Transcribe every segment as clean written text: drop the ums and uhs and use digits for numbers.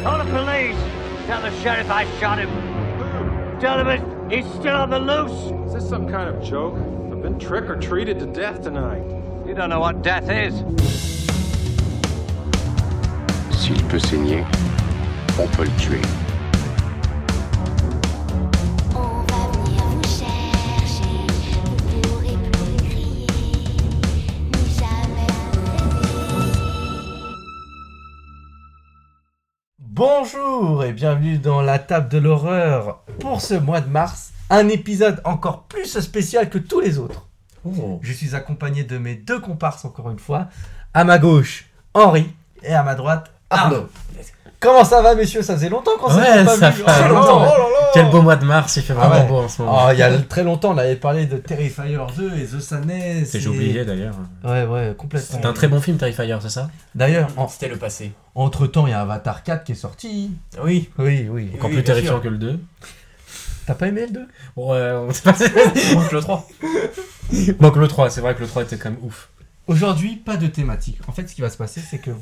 Call the police. Tell the sheriff I shot him. Tell him he's still on the loose. Is this some kind of joke? I've been trick-or-treated to death tonight. You don't know what death is. S'il peut saigner, on peut le tuer. On va venir vous chercher, vous pourrez plus crier, ni jamais rêver. Bonjour et bienvenue dans la table de l'horreur pour ce mois de mars. Un épisode encore plus spécial que tous les autres. Je suis accompagné de mes deux comparses encore une fois. À ma gauche, Henri et à ma droite, Arnaud. Comment ça va messieurs? Ça faisait longtemps qu'on s'était pas ça vu. fait longtemps. Quel beau mois de mars, il fait vraiment beau en ce moment. Oh, il y a très longtemps, on avait parlé de Terrifier 2 et The Sadness. J'ai oublié d'ailleurs. Ouais, complètement. C'était un très bon film, Terrifier, c'est ça? D'ailleurs, C'était le passé. entre-temps, il y a Avatar 4 qui est sorti. Oui. Oui. Encore Oui, plus bien terrifiant sûr. que le 2. T'as pas aimé le 2? Ouais, on sait pas. Manque le 3. Manque le 3, c'est vrai que le 3 était quand même ouf. Aujourd'hui, pas de thématique. En fait, ce qui va se passer, c'est que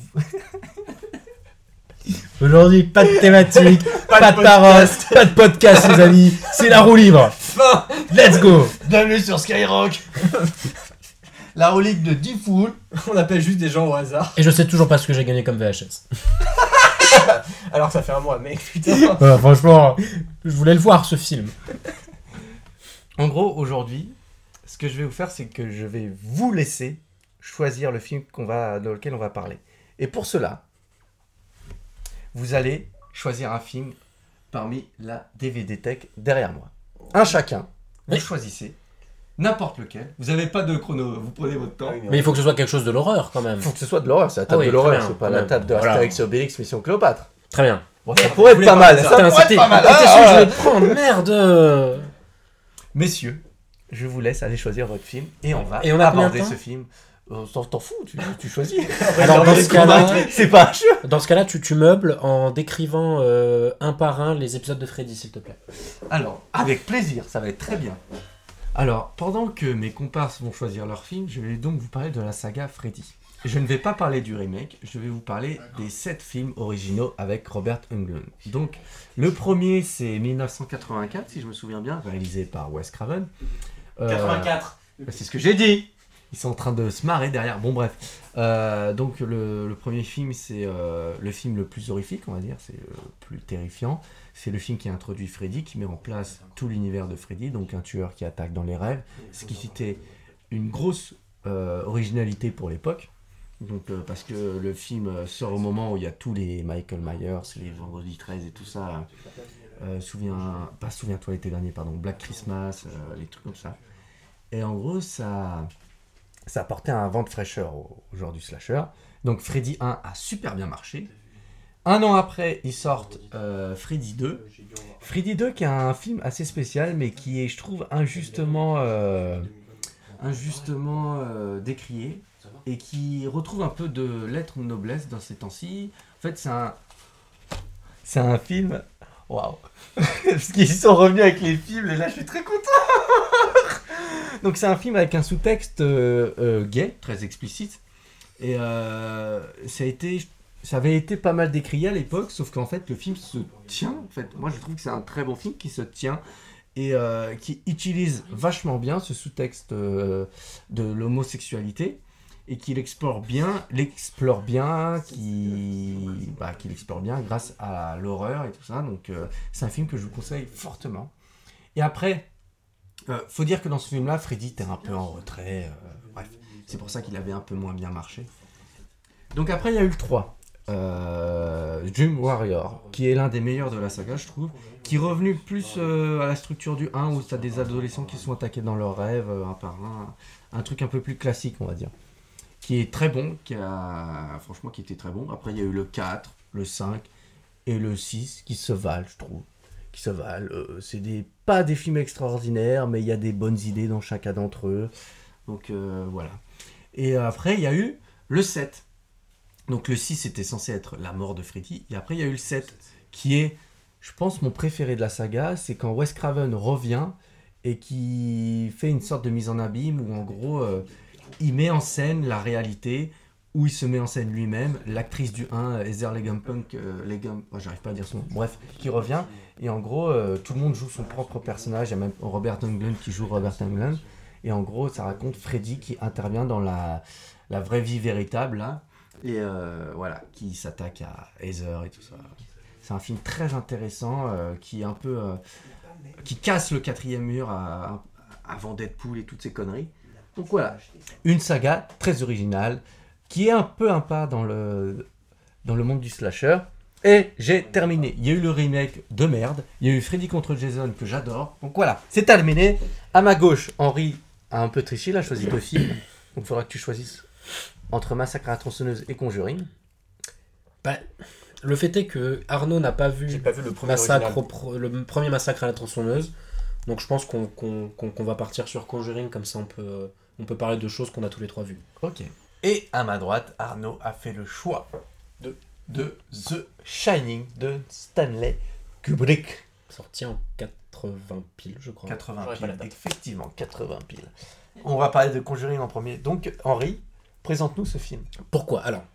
Aujourd'hui, pas de thématique, pas de parole, pas de podcast, les amis. C'est la roue libre. Let's go. bienvenue sur Skyrock. La relique de D-Fool. On appelle juste des gens au hasard. Et je sais toujours pas ce que j'ai gagné comme VHS. Alors que ça fait un mois, mec, putain. Ouais, franchement, je voulais le voir ce film. En gros, aujourd'hui, ce que je vais vous faire, c'est que je vais vous laisser choisir le film dans lequel on va parler. Et pour cela, vous allez choisir un film parmi la DVD Tech derrière moi. Un chacun, vous Oui. choisissez n'importe lequel. Vous n'avez pas de chrono, vous prenez votre temps. Mais il faut que ce soit quelque chose de l'horreur quand même. Il faut que ce soit de l'horreur, c'est la table Ah oui, de l'horreur, très bien, c'est pas quand la même. table de Voilà. Astérix et Obélix Mission Cléopâtre. Très bien. Bon, ça pourrait être voulais pas mal, parler de ça ça. pourrait être C'était pas mal. sûr que je voulais te prendre, merde. Messieurs, je vous laisse aller choisir votre film et on va Et on a combien de aborder temps ce film. T'en fous, tu choisis. Alors dans ce cas-là, C'est pas un jeu. dans ce cas-là, tu meubles en décrivant un par un les épisodes de Freddy, s'il te plaît. Alors, avec plaisir, ça va être très bien. Alors, pendant que mes comparses vont choisir leur film, je vais donc vous parler de la saga Freddy. Je ne vais pas parler du remake, je vais vous parler des 7 films originaux avec Robert Englund. Donc, le premier, c'est 1984, si je me souviens bien, réalisé par Wes Craven. 84. C'est ce que j'ai dit. Ils sont en train de se marrer derrière. Bon, bref. Donc, le premier film, c'est le film le plus horrifique, on va dire. C'est le plus terrifiant. C'est le film qui introduit Freddy, qui met en place tout l'univers de Freddy. Donc, un tueur qui attaque dans les rêves. Ce qui était une grosse originalité pour l'époque. Donc, parce que le film sort au moment où il y a tous les Michael Myers, les Vendredi 13 et tout ça. Souviens-toi l'été dernier, pardon. Black Christmas, les trucs comme ça. Et en gros, ça apportait un vent de fraîcheur au genre du slasher. Donc Freddy 1 a super bien marché. Un an après, ils sortent Freddy 2. Freddy 2 qui est un film assez spécial, mais qui est, je trouve, injustement décrié. Et qui retrouve un peu de lettres de noblesse dans ces temps-ci. En fait, c'est un film... Waouh. Parce qu'ils sont revenus avec les films, et là, je suis très content. Donc c'est un film avec un sous-texte gay, très explicite. Et ça avait été pas mal décrié à l'époque, sauf qu'en fait le film se tient. En fait, moi je trouve que c'est un très bon film qui se tient et qui utilise vachement bien ce sous-texte de l'homosexualité et qu'il explore bien grâce à l'horreur et tout ça. Donc c'est un film que je vous conseille fortement. Et après, faut dire que dans ce film-là, Freddy était un peu en retrait. Bref, c'est pour ça qu'il avait un peu moins bien marché. Donc après, il y a eu le 3. Dream Warrior, qui est l'un des meilleurs de la saga, je trouve. Qui est revenu plus à la structure du 1, où tu as des adolescents qui sont attaqués dans leurs rêves, un par un. Un truc un peu plus classique, on va dire. Qui est très bon, qui était très bon. Après, il y a eu le 4, le 5 et le 6, qui se valent, je trouve. C'est pas des films extraordinaires, mais il y a des bonnes idées dans chacun d'entre eux. Donc voilà. Et après, il y a eu le 7. Donc le 6 était censé être la mort de Freddy. Et après, il y a eu le 7, qui est, je pense, mon préféré de la saga. C'est quand Wes Craven revient et qui fait une sorte de mise en abîme où, en gros, il met en scène la réalité où il se met en scène lui-même, l'actrice du 1, Heather Langenpunk, j'arrive pas à dire son nom, bref, qui revient, et en gros, tout le monde joue son propre personnage, il y a même Robert Englund qui joue Robert Englund, et en gros, ça raconte Freddy qui intervient dans la vraie vie véritable, là, et voilà, qui s'attaque à Heather et tout ça. C'est un film très intéressant, qui est un peu... qui casse le 4e mur avant Deadpool et toutes ces conneries. Donc voilà, une saga très originale, qui est un peu un pas dans le monde du slasher. Et j'ai terminé. Il y a eu le remake de merde. Il y a eu Freddy contre Jason que j'adore. Donc voilà, c'est terminé. À ma gauche, Henri a un peu triché. Il a choisi 2 films. Donc il faudra que tu choisisses entre Massacre à la tronçonneuse et Conjuring. Bah, le fait est que Arnaud n'a pas vu, J'ai pas vu le premier le premier Massacre à la tronçonneuse. Donc je pense qu'on va partir sur Conjuring. Comme ça, on peut parler de choses qu'on a tous les 3 vues. Ok. Et à ma droite, Arnaud a fait le choix de The Shining de Stanley Kubrick. Sorti en 80 piles, je crois. 80 J'aurais pas la piles, date. effectivement, 80 piles. On va parler de Conjuring en premier. Donc, Henri, présente-nous ce film. Pourquoi alors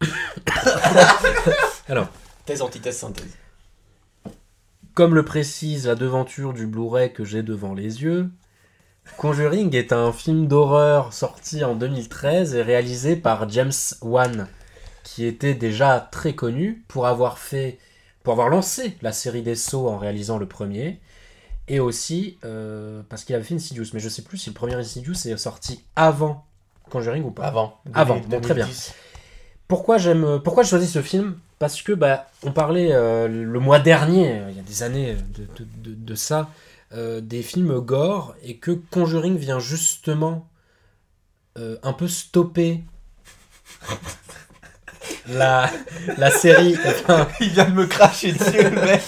Thèse, antithèse, synthèse. Comme le précise la devanture du Blu-ray que j'ai devant les yeux, Conjuring est un film d'horreur sorti en 2013 et réalisé par James Wan, qui était déjà très connu pour avoir lancé la série des Saw en réalisant le premier, et aussi parce qu'il avait fait Insidious, mais je sais plus si le premier Insidious est sorti avant Conjuring ou pas. Avant, bon, très bien. Pourquoi j'ai choisi ce film ? Parce que on parlait le mois dernier, il y a des années de ça, des films gore, et que Conjuring vient justement un peu stopper la série. Enfin, Il vient de me cracher dessus, le mec.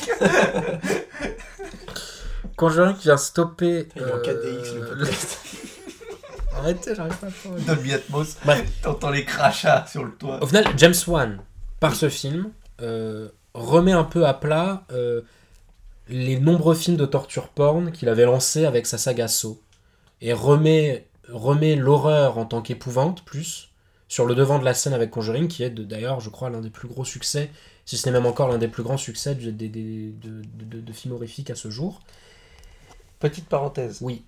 Conjuring vient stopper. Il est en 4DX le podcast. Arrêtez, j'arrive pas à parler. Dolby Atmos, Bref. t'entends les crachats sur le toit. Au final, James Wan, par ce film, remet un peu à plat les nombreux films de torture porn qu'il avait lancés avec sa saga Saw. Et remet l'horreur en tant qu'épouvante, plus, sur le devant de la scène avec Conjuring, qui est d'ailleurs, je crois, l'un des plus gros succès, si ce n'est même encore l'un des plus grands succès de films horrifiques à ce jour. Petite parenthèse. Oui.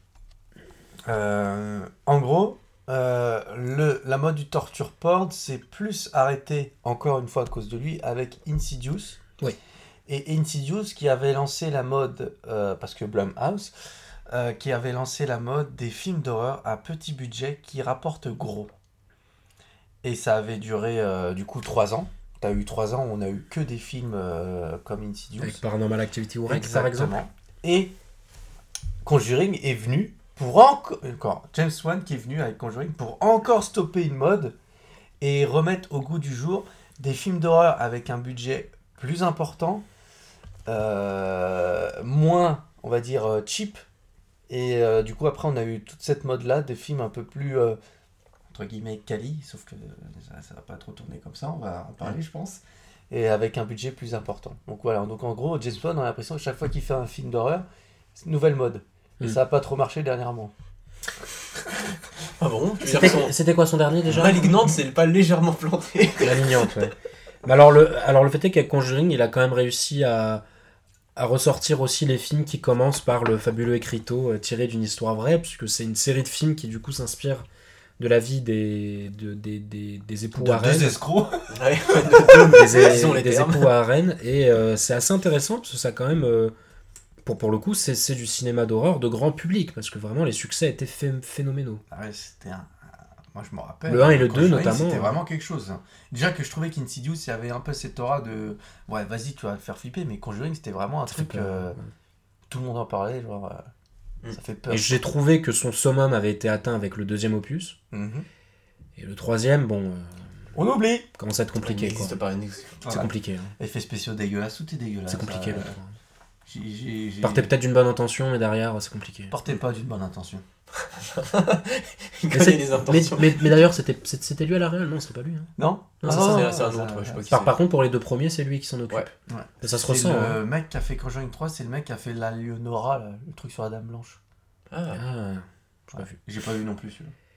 En gros, la mode du torture porn s'est plus arrêtée, encore une fois à cause de lui, avec Insidious. Oui. Et Insidious qui avait lancé la mode, parce que Blumhouse, qui avait lancé la mode des films d'horreur à petit budget qui rapportent gros. Et ça avait duré du coup 3 ans. T'as eu 3 ans où on a eu que des films comme Insidious. Avec Paranormal Activity ou Rex, par exemple. Et Conjuring est venu pour encore James Wan qui est venu avec Conjuring pour encore stopper une mode et remettre au goût du jour des films d'horreur avec un budget plus important, moins, on va dire, cheap. Et du coup, après, on a eu toute cette mode-là, des films un peu plus, entre guillemets, quali, sauf que ça va pas trop tourner comme ça, on va en parler, je pense. Et avec un budget plus important. Donc voilà, donc en gros, James Wan, on a l'impression que chaque fois qu'il fait un film d'horreur, c'est une nouvelle mode. Et ça n'a pas trop marché dernièrement. Ah bon? Tu veux dire son- C'était quoi son dernier déjà? Malignante, c'est pas légèrement planté. Malignante, ouais. Mais alors le fait est qu'avec Conjuring, il a quand même réussi à ressortir aussi les films qui commencent par le fabuleux écriteau tiré d'une histoire vraie, puisque c'est une série de films qui du coup s'inspire de la vie des époux Warren. Deux escrocs. Ouais. Disons les des termes. époux Warren. Et c'est assez intéressant, parce que ça quand même... pour le coup, c'est du cinéma d'horreur de grand public, parce que vraiment les succès étaient phénoménaux. Ah ouais, c'était un... Moi, je me rappelle. Le 1 et le 2 Conjuring, notamment. C'était vraiment quelque chose. Hein. Déjà que je trouvais qu'Insidious, il y avait un peu cette aura de... Ouais, vas-y, tu vas te faire flipper, mais Conjuring, c'était vraiment un truc... Tout le monde en parlait, genre... Ça fait peur. Et j'ai trouvé que son summum avait été atteint avec le deuxième opus. Mhm. Et le troisième, bon... On oublie. commence à être compliqué, Il quoi. n'existe pas, il n'existe pas. C'est Voilà. compliqué. Hein. Effets spéciaux dégueulasses, tout est dégueulasse. C'est compliqué. Ça, le trois. j'ai- Partez peut-être d'une bonne intention, mais derrière, c'est compliqué. Partez pas d'une bonne intention. Il Mais, connaît c'est- les intentions. mais d'ailleurs, c'était lui à la réal? Non, c'était pas lui. Hein. Non. Non, ça, Ah, c'est un ça, autre, ouais, je sais pas qui Par contre, pour les deux premiers, c'est lui qui s'en occupe. Ouais. Ouais. Et ça se C'est ressent. hein. le mec qui a fait Conjuring 3, c'est le mec qui a fait la Leonora, là, le truc sur la Dame Blanche. Ah, Ah, j'ai pas Ouais. vu. J'ai pas vu non plus celui-là.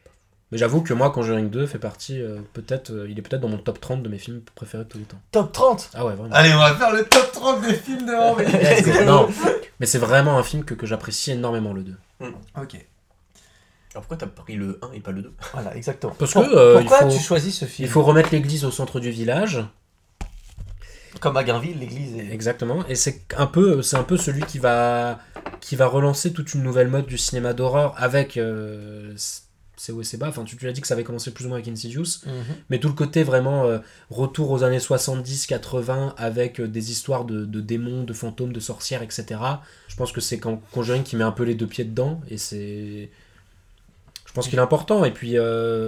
Mais j'avoue que moi, Conjuring 2 fait partie, il est peut-être dans mon top 30 de mes films préférés de tous les temps. Top 30. Ah ouais, vraiment. Allez, on va faire le top 30 des films de Henri. Non, mais c'est vraiment un film que j'apprécie énormément, le 2. Ok. Alors pourquoi t'as pris le 1 et pas le 2? Voilà, exactement. Parce que, pourquoi il faut- tu choisis ce film Il faut remettre l'église au centre du village. Comme à Gainville, l'église est... Exactement. Et c'est un peu celui qui va relancer toute une nouvelle mode du cinéma d'horreur avec c'est haut et c'est bas. Enfin, tu l'as dit que ça avait commencé plus ou moins avec Insidious. Mais tout le côté vraiment retour aux années 70-80 avec des histoires de démons, de fantômes, de sorcières, etc. Je pense que c'est Conjuring qui met un peu les deux pieds dedans. Et c'est... Je pense qu'il est important. Et puis,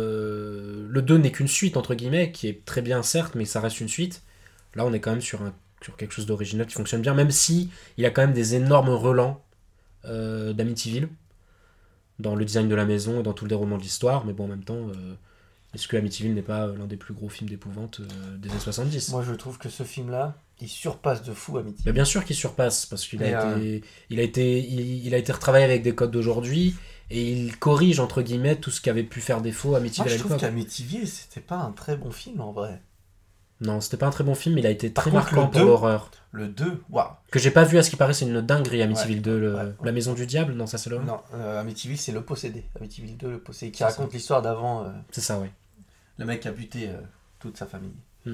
le 2 n'est qu'une suite, entre guillemets, qui est très bien, certes, mais ça reste une suite. Là, on est quand même sur quelque chose d'original qui fonctionne bien, même si il y a quand même des énormes relents d'Amityville dans le design de la maison et dans tout le déroulement de l'histoire. Mais bon, en même temps, est-ce que Amityville n'est pas l'un des plus gros films d'épouvante des années 70 ? Moi, je trouve que ce film-là, il surpasse de fou Amityville. Mais bien sûr qu'il surpasse, parce qu'il Et, il a été retravaillé avec des codes d'aujourd'hui, et il corrige, entre guillemets, tout ce qui avait pu faire défaut à Moi, Amityville à je trouve l'époque. qu'Amityville, c'était pas un très bon film, en vrai. Non, c'était pas un très bon film, mais il a été Par très contre, marquant le pour 2, l'horreur. Le 2, waouh. Que j'ai pas vu, à ce qui paraît, c'est une dinguerie, Amityville Ouais, 2, ouais. La Maison du Diable. Non, ça c'est le 1. Non, Amityville, c'est le possédé. Amityville 2, le possédé, qui C'est raconte l'histoire d'avant. C'est ça, ouais. Le mec a buté toute sa famille. Mm.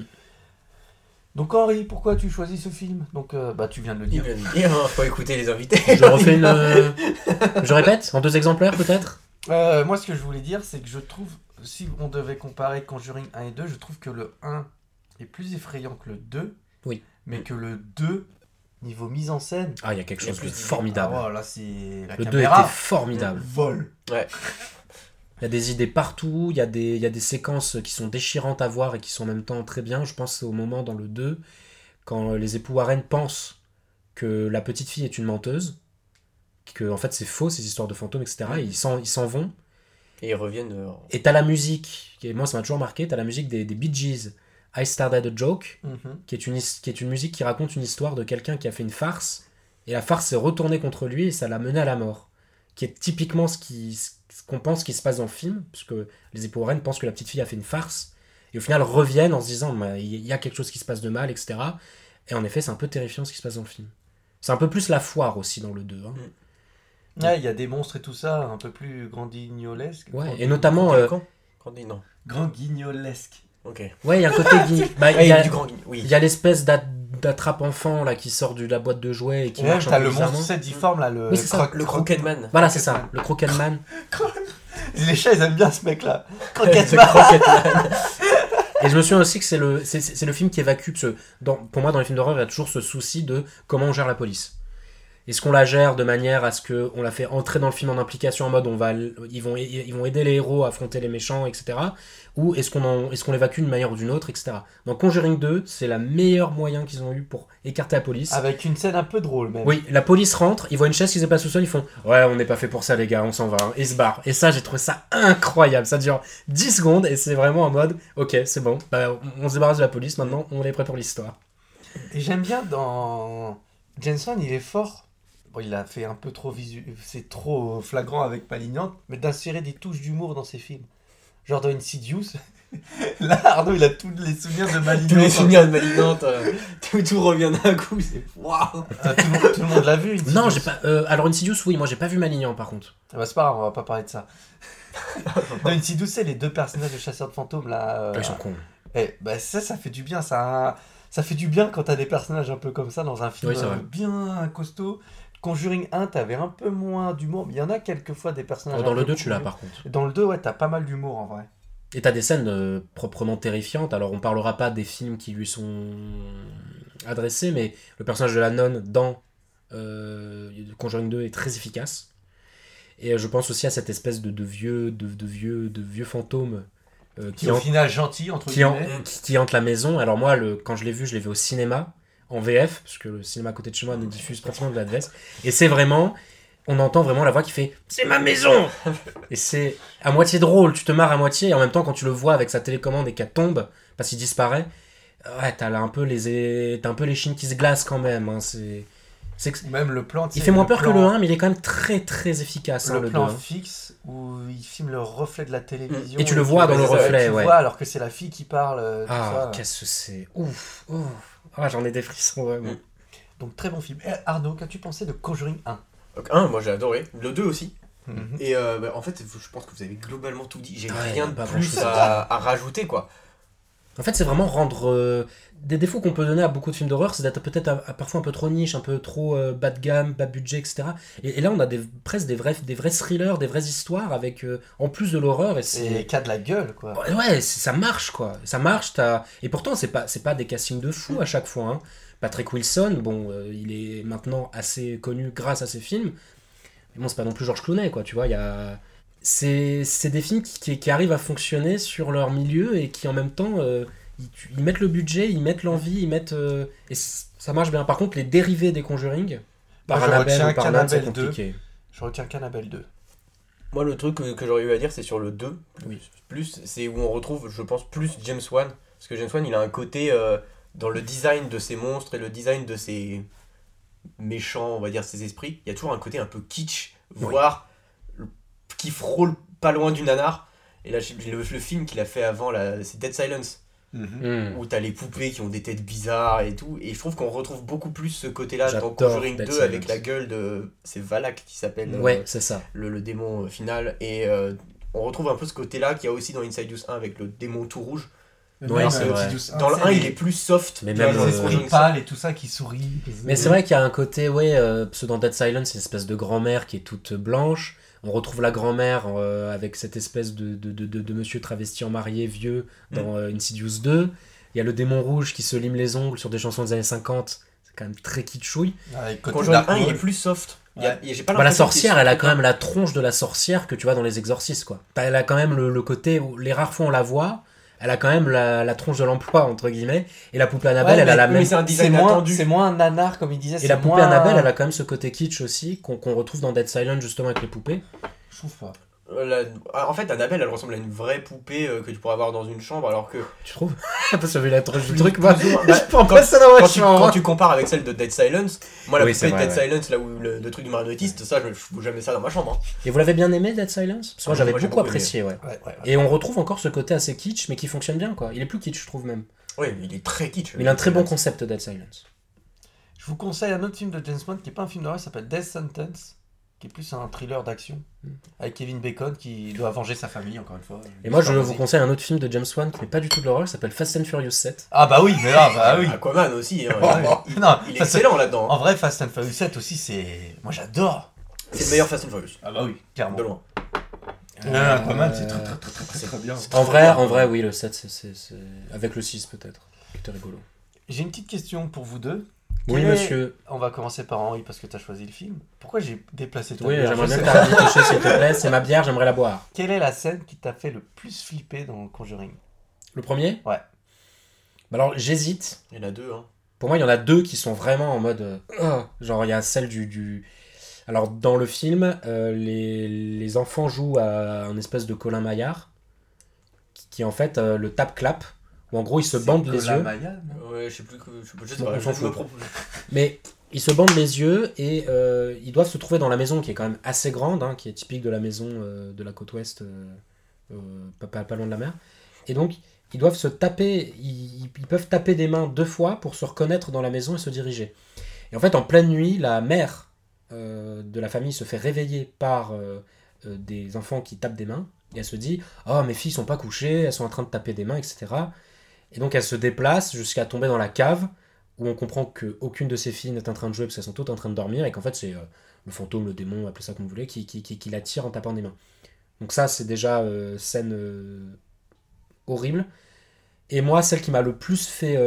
Donc Henri, pourquoi tu choisis ce film? Donc tu viens de le Il dire. vient de dire, hein, faut écouter les invités. Je refais Je répète, en 2 exemplaires peut-être. Moi, ce que je voulais dire, c'est que je trouve, si on devait comparer Conjuring 1 et 2, je trouve que le 1 est plus effrayant que le 2. Oui. Mais que le 2, niveau mise en scène... Ah, il y a quelque Il y a chose de plus formidable. Ah, voilà, c'est la Le 2 caméra était formidable. vole. Ouais. Il y a des idées partout, il y a des séquences qui sont déchirantes à voir et qui sont en même temps très bien. Je pense au moment dans le 2, quand les époux Warren pensent que la petite fille est une menteuse, que en fait c'est faux, ces histoires de fantômes, etc. Et ils s'en vont. Et ils reviennent. Et t'as la musique, et moi ça m'a toujours marqué, t'as la musique des Bee Gees, I Started a Joke, qui est une musique qui raconte une histoire de quelqu'un qui a fait une farce, et la farce s'est retournée contre lui et ça l'a mené à la mort. Qui est typiquement ce qu'on pense qui se passe dans le film, puisque les époux Warren pensent que la petite fille a fait une farce, et au final reviennent en se disant il y a quelque chose qui se passe de mal, etc. Et en effet, c'est un peu terrifiant ce qui se passe dans le film. C'est un peu plus la foire aussi dans le 2. Hein. Ouais, il y a des monstres et tout ça, un peu plus grandignolesque. Ouais, et notamment... Non. Grand guignolesque. Ok. Ouais, il y a un côté... Ah, il y a, du grand. Oui. il y a l'espèce d'attrape-enfant là, qui sort de la boîte de jouets et qui Et même, marche t'as un peu le bizarrement. monstre c'est difforme là, Oui, c'est ça, Le Croquetman. Voilà, c'est ça, le Croquetman. Les chats, ils aiment bien ce mec-là. The Croquetman. Croquetman. Et je me souviens aussi que c'est le film qui évacue... pour moi, dans les films d'horreur, il y a toujours ce souci de comment on gère la police. Est-ce qu'on la gère de manière à ce qu'on la fait entrer dans le film en implication, en mode ils vont aider les héros à affronter les méchants, etc. Ou est-ce qu'on l'évacue d'une manière ou d'une autre, etc. Dans Conjuring 2, c'est le meilleur moyen qu'ils ont eu pour écarter la police. Avec une scène un peu drôle même. Oui, la police rentre, ils voient une chaise qui se passe sous sol, ils font « Ouais, on n'est pas fait pour ça les gars, on s'en va. » Et ils se barrent. Et ça, j'ai trouvé ça incroyable. Ça dure 10 secondes et c'est vraiment en mode « Ok, c'est bon, on se débarrasse de la police, maintenant on est prêt pour l'histoire. » Et j'aime bien dans... Jensen, il est fort. Bon, il a fait un peu trop c'est trop flagrant avec Malignante, mais d'insérer des touches d'humour dans ses films. Genre dans Insidious, là Arnaud il a tous les souvenirs de Malignante. Tous les souvenirs de Malignante, tout revient d'un coup. C'est waouh. Tout le monde l'a vu. Insidious. Non, j'ai pas. Alors Insidious, oui, moi j'ai pas vu Malignan par contre. Ah bah, c'est pas grave, on va pas parler de ça. Dans Insidious, c'est les deux personnages de chasseurs de fantômes là. Ils sont cons. Ça fait du bien, ça fait du bien quand t'as des personnages un peu comme ça dans un film Oui, c'est vrai. bien costaud. Conjuring 1, t'avais un peu moins d'humour, mais il y en a quelquefois des personnages. Dans un le peu 2, tu l'as plus- par contre. Dans le 2, ouais, t'as pas mal d'humour en vrai. Et t'as des scènes proprement terrifiantes. Alors on parlera pas des films qui lui sont adressés, mais le personnage de la nonne dans Conjuring 2 est très efficace. Et je pense aussi à cette espèce de vieux fantôme Qui est au final gentil, entre qui hante la maison. Alors moi, quand je l'ai vu au cinéma, en VF, parce que le cinéma à côté de chez moi ne diffuse pratiquement que de la VF. Et c'est vraiment... On entend vraiment la voix qui fait « C'est ma maison !» Et c'est à moitié drôle, tu te marres à moitié, et en même temps, quand tu le vois avec sa télécommande et qu'elle tombe, parce qu'il disparaît, ouais, t'as un peu les chines qui se glacent quand même. Hein, C'est que Même le plan, tu il sais, fait moins le peur que plan- le 1, mais il est quand même très très efficace, hein, Le le 2. plan hein. fixe où il filme le reflet de la télévision. Et tu le vois dans le reflet, tu ouais. vois alors que c'est la fille qui parle. Tout Ah, ça. qu'est-ce que c'est. Ouf, ouf. Ah, j'en ai des frissons, vraiment. Donc très bon film. Et Arnaud, qu'as-tu pensé de Conjuring 1? Donc, un, moi j'ai adoré. Le 2 aussi. Mhm. Et en fait, je pense que vous avez globalement tout dit. J'ai Ouais, rien de pas plus grand-chose à rajouter, quoi. En fait, c'est vraiment rendre... des défauts qu'on peut donner à beaucoup de films d'horreur, c'est d'être peut-être parfois un peu trop niche, un peu trop bas de gamme, bas budget, etc. Et là, on a presque des vrais thrillers, des vraies histoires avec, en plus de l'horreur. Et c'est... Et qui a de la gueule, quoi. Ouais, ça marche, quoi. Ça marche, et pourtant, c'est pas des castings de fou à chaque fois. Hein. Patrick Wilson, bon, il est maintenant assez connu grâce à ses films. Mais bon, c'est pas non plus Georges Clooney, quoi, tu vois. C'est des films qui arrivent à fonctionner sur leur milieu et qui, en même temps, ils mettent le budget, ils mettent l'envie, ils mettent... et ça marche bien. Par contre, les dérivés des Conjuring, par Moi, je Annabelle retiens ou par Nan, c'est qu'Annabelle 2. compliqué. Je retiens qu'Annabelle 2. Moi, le truc que j'aurais eu à dire, c'est sur le 2. Oui. Plus, c'est où on retrouve, je pense, plus James Wan. Parce que James Wan, il a un côté dans le design de ses monstres et le design de ses méchants, on va dire, ses esprits. Il y a toujours un côté un peu kitsch, voire qui frôle pas loin du nanar. Et là, le film qu'il a fait avant, là, c'est Dead Silence. Où t'as les poupées qui ont des têtes bizarres et tout. Et je trouve qu'on retrouve beaucoup plus ce côté-là dans J'adore Conjuring 2 Dead avec Silence. la gueule de... C'est Valak qui s'appelle Ouais, c'est ça. le démon final. Et on retrouve un peu ce côté-là qu'il y a aussi dans Insidious 1 avec le démon tout rouge. Ouais, c'est vrai. Dans le 1, il est plus soft. Mais tu vois, même, dans Les les esprits Conjuring pâles et tout ça qui sourit. Mais c'est vrai qu'il y a un côté, parce que dans Dead Silence, c'est une espèce de grand-mère qui est toute blanche. On retrouve la grand-mère avec cette espèce de monsieur travesti en marié vieux dans Insidious 2. Il y a le démon rouge qui se lime les ongles sur des chansons des années 50. C'est quand même très kitschouille. Avec côté Conjuring Dark 1, il est Mode. plus soft. J'ai pas La l'impression sorcière, qu'il est elle a super quand même la tronche de la sorcière que tu vois dans Les Exorcistes, quoi. Elle a quand même le côté où les rares fois on la voit, elle a quand même la tronche de l'emploi, entre guillemets. Et la poupée Annabelle, Ouais, elle a la Oui, même... mais c'est un design C'est moins, attendu. c'est moins un nanar, comme il disait. Et la poupée Annabelle, elle a quand même ce côté kitsch aussi, qu'on retrouve dans Dead Silence, justement, avec les poupées. Je trouve pas. En fait, Annabelle, elle ressemble à une vraie poupée que tu pourrais avoir dans une chambre, alors que Tu trouves? Parce que vu la tronche du truc, moi, plus ou moins. je prends pas ça dans ma chambre. quand tu compares avec celle de Dead Silence, moi la Oui, poupée c'est de vrai, Dead ouais. Silence, là où le truc du marionnettiste, ça je fous jamais ça dans ma chambre. Hein. Et vous l'avez bien aimé, Dead Silence? Parce que moi, j'avais Moi, j'ai beaucoup beaucoup apprécié, ouais. Ouais. Et on retrouve encore ce côté assez kitsch, mais qui fonctionne bien, quoi. Il est plus kitsch, je trouve, même. Oui, il est très kitsch. Mais il a un très bon concept, Dead Silence. Je vous conseille un autre film de James Bond qui n'est pas un film d'horreur, il s'appelle Death Sentence, qui est plus un thriller d'action, avec Kevin Bacon qui doit venger sa famille, encore une fois. Et moi, je vous conseille un autre film de James Wan qui n'est pas du tout de l'horreur, qui s'appelle Fast and Furious 7. Ah bah oui, mais là, bah oui. Aquaman aussi, hein, Non, il est Fast- excellent là-dedans. En vrai, Fast and Furious 7 aussi, c'est... Moi j'adore. C'est le meilleur Fast and Furious, Ah bah oui, clairement. de loin. Aquaman, c'est très bien. En vrai, oui, le 7, c'est... Avec le 6, peut-être. C'était rigolo. J'ai une petite question pour vous deux. Oui, Quel est- monsieur. On va commencer par Henri parce que tu as choisi le film. Pourquoi j'ai déplacé ta Oui, bière j'aimerais Je bien sais que pas. tu toucher, s'il te plaît. C'est ma bière, j'aimerais la boire. Quelle est la scène qui t'a fait le plus flipper dans le Conjuring? Le premier? Ouais. Bah alors, j'hésite. Il y en a deux, hein. Pour moi, il y en a deux qui sont vraiment en mode... genre, il y a celle du... Alors, dans le film, les enfants jouent à un espèce de Colin Maillard, qui est en fait le tap-clap, où en gros, ils se bandent les yeux. Ouais, je sais plus que. Je sais Bon, pas, on je s'en me fout. propose. Mais ils se bandent les yeux et ils doivent se trouver dans la maison qui est quand même assez grande, hein, qui est typique de la maison de la côte ouest, pas loin de la mer. Et donc, ils doivent se taper, ils peuvent taper des mains 2 fois pour se reconnaître dans la maison et se diriger. Et en fait, en pleine nuit, la mère de la famille se fait réveiller par des enfants qui tapent des mains. Et elle se dit « Oh, mes filles sont pas couchées, elles sont en train de taper des mains, etc. » Et donc, elle se déplace jusqu'à tomber dans la cave, où on comprend qu'aucune de ses filles n'est en train de jouer parce qu'elles sont toutes en train de dormir, et qu'en fait, c'est le fantôme, le démon, appelez ça comme vous voulez, qui la tire en tapant des mains. Donc ça, c'est déjà scène horrible. Et moi, celle qui m'a le plus fait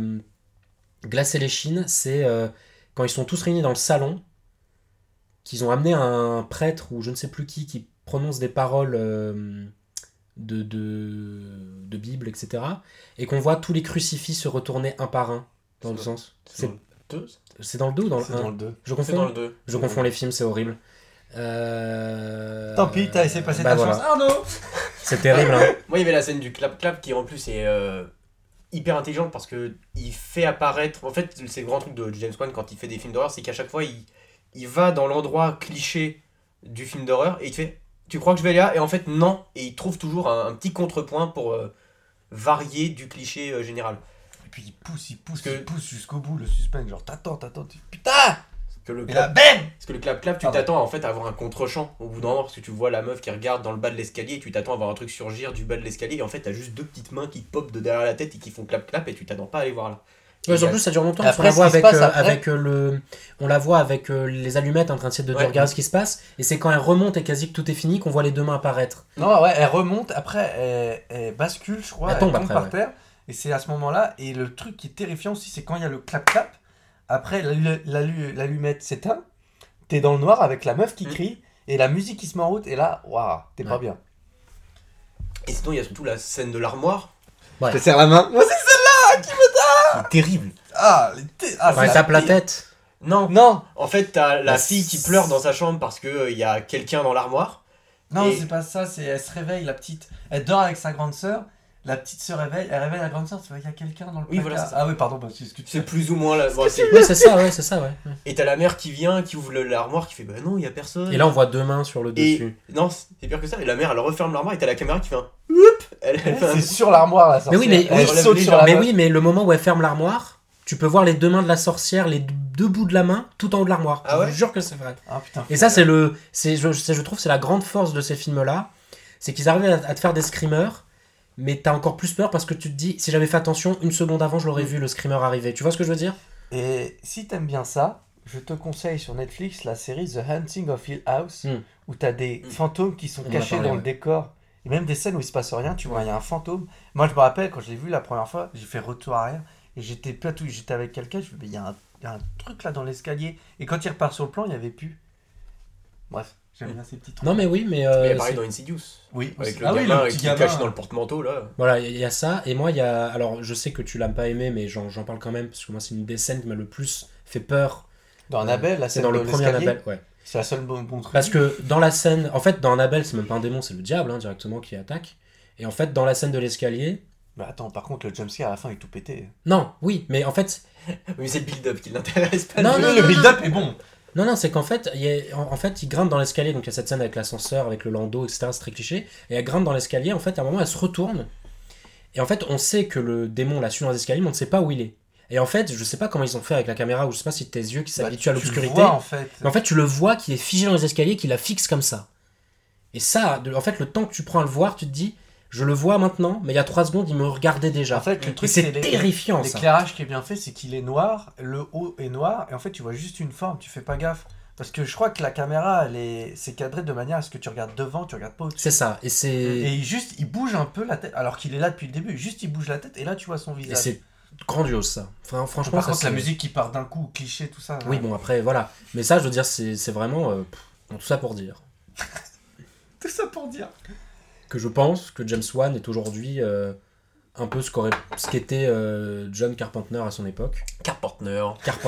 glacer les chines, c'est quand ils sont tous réunis dans le salon, qu'ils ont amené un prêtre, ou je ne sais plus qui prononce des paroles de Bible, etc. Et qu'on voit tous les crucifix se retourner un par un, dans le sens. C'est dans le 2. C'est dans le 2 ou dans le C'est 1 dans le 2. Je C'est dans confonds, le 2. je confonds les films, c'est horrible. Tant pis, t'as essayé de passer bah ta voilà. chance. Arnaud! C'est terrible, hein. Moi, il y avait la scène du clap-clap qui en plus est hyper intelligente parce que il fait apparaître. En fait, c'est le grand truc de James Wan quand il fait des films d'horreur, c'est qu'à chaque fois, il va dans l'endroit cliché du film d'horreur et il te fait tu crois que je vais aller là? Et en fait, non. Et il trouve toujours un petit contrepoint pour varier du cliché général. Et puis il pousse que- il pousse jusqu'au bout le suspense. Genre t'attends, putain. Que le Et là, clap, bam. parce que le clap-clap, tu Pardon. t'attends en fait à avoir un contre-champ au bout d'un moment parce que tu vois la meuf qui regarde dans le bas de l'escalier et tu t'attends à voir un truc surgir du bas de l'escalier et en fait t'as juste deux petites mains qui te popent de derrière la tête et qui font clap-clap et tu t'attends pas à aller voir là. Ouais, Et en plus, ça dure longtemps. Et Parce qu'on la après, voit ce qui avec, se passe après- on la voit avec les allumettes en train de Ouais. regarder ce qui se passe. Et c'est quand elle remonte et quasi que tout est fini qu'on voit les deux mains apparaître. Non, ouais, elle remonte, après elle bascule, je crois, Elle tombe après, par ouais. terre, et c'est à ce moment-là, et le truc qui est terrifiant aussi, c'est quand il y a le clap-clap, après l'allumette s'éteint, t'es dans le noir avec la meuf qui crie, et la musique qui se met en route, et là, waouh, t'es pas Ouais. bien. Et sinon il y a surtout la scène de l'armoire Ouais. Je te serre la main. Moi, c'est qui est terrible. ah, Quand elle tape la tête. Non, Non, en fait t'as la Bah, fille qui pleure dans sa chambre parce que il y a quelqu'un dans l'armoire. non, Et- c'est pas ça, c'est elle se réveille, la petite, elle dort avec sa grande sœur, la petite se réveille, elle réveille la grande sœur, tu vois, il y a quelqu'un dans le Oui, placard. voilà, c'est ça. Ah oui, pardon, bah, excuse-moi. C'est plus ou moins la. bon, c'est- Ouais, c'est ça, ouais. Et t'as la mère qui vient, qui ouvre l'armoire, qui fait bah non, il y a personne. Et là, on voit deux mains sur le Et dessus. non, c'est pire que ça. Et la mère, elle referme l'armoire et t'as la caméra qui fait un oup. Elle fait un- C'est sur l'armoire, la sorcière. Mais oui, mais- elle oui, saute mais sur la Mais meuf. oui, mais le moment où elle ferme l'armoire, tu peux voir les deux mains de la sorcière, les deux bouts de la main, tout en haut de l'armoire. Ah Je ouais vous jure que c'est vrai. Ah putain. Et ça, je trouve, c'est la grande force de ces films-là, c'est qu'ils arrivent à te faire des screamers, mais t'as encore plus peur parce que tu te dis, si j'avais fait attention, une seconde avant, je l'aurais vu le screamer arriver. Tu vois ce que je veux dire? Et si t'aimes bien ça, je te conseille sur Netflix la série The Haunting of Hill House, Mm. où t'as des fantômes qui sont On en a cachés parlé, dans ouais. le décor. Et même des scènes où il se passe rien, tu vois, il y a un fantôme. Moi, je me rappelle, quand je l'ai vu la première fois, j'ai fait retour arrière, et j'étais avec quelqu'un, je me dis, il y a un truc là dans l'escalier. Et quand il repart sur le plan, il n'y avait plus. Bref, j'aime bien ces petits trucs. Non, mais oui, mais. Mais c'est- pareil dans Insidious. Oui, Avec le ah oui, gamin le petit qui est gamin. caché dans le porte-manteau là. Voilà, il y a ça, et moi, il y a. Alors, je sais que tu l'as pas aimé, mais j'en parle quand même, parce que moi, c'est une des scènes qui m'a le plus fait peur. Dans Annabelle, la C'est scène dans le de premier l'escalier, Annabelle, ouais. c'est la seule bon truc. Parce que dans la scène, en fait, dans Annabelle, c'est même pas un démon, c'est le diable hein, directement qui attaque. Et en fait, dans la scène de l'escalier, Mais attends, par contre, le jumpscare à la fin est tout pété. non, oui, mais en fait, Mais c'est le build-up qui l'intéresse pas. Non, lui. non, le build-up est bon. non, c'est qu'en fait, en fait, il grimpe dans l'escalier, donc il y a cette scène avec l'ascenseur, avec le landau, etc. C'est très cliché. Et elle grimpe dans l'escalier, en fait, à un moment, elle se retourne. Et en fait, on sait que le démon l'a suit dans les escaliers, mais on ne sait pas où il est. Et en fait, je sais pas comment ils ont fait avec la caméra, ou je sais pas si tes yeux qui s'habituent à Bah, tu le l'obscurité. vois, en fait. Mais en fait, tu le vois qui est figé dans les escaliers, qui la fixe comme ça. Et ça, en fait, le temps que tu prends à le voir, tu te dis, je le vois maintenant, mais il y a 3 secondes, il me regardait déjà. En fait, le Et truc, c'est terrifiant, ça. l'éclairage qui est bien fait, c'est qu'il est noir, le haut est noir, et en fait, tu vois juste une forme, tu fais pas gaffe. Parce que je crois que la caméra, c'est cadré de manière à ce que tu regardes devant, tu regardes pas au-dessus. C'est ça. Et c'est. Et il bouge un peu la tête, alors qu'il est là depuis le début, juste il bouge la tête, et là, tu vois son Et visage. c'est grandiose, ça. Enfin, franchement, Par ça, contre, la c'est- musique qui part d'un coup, cliché, tout ça. Oui, bon, après, voilà. Mais ça, je veux dire, c'est vraiment. Bon, tout ça pour dire Tout ça pour dire. que je pense que James Wan est aujourd'hui un peu ce qu'était John Carpenter à son époque. Carpenter.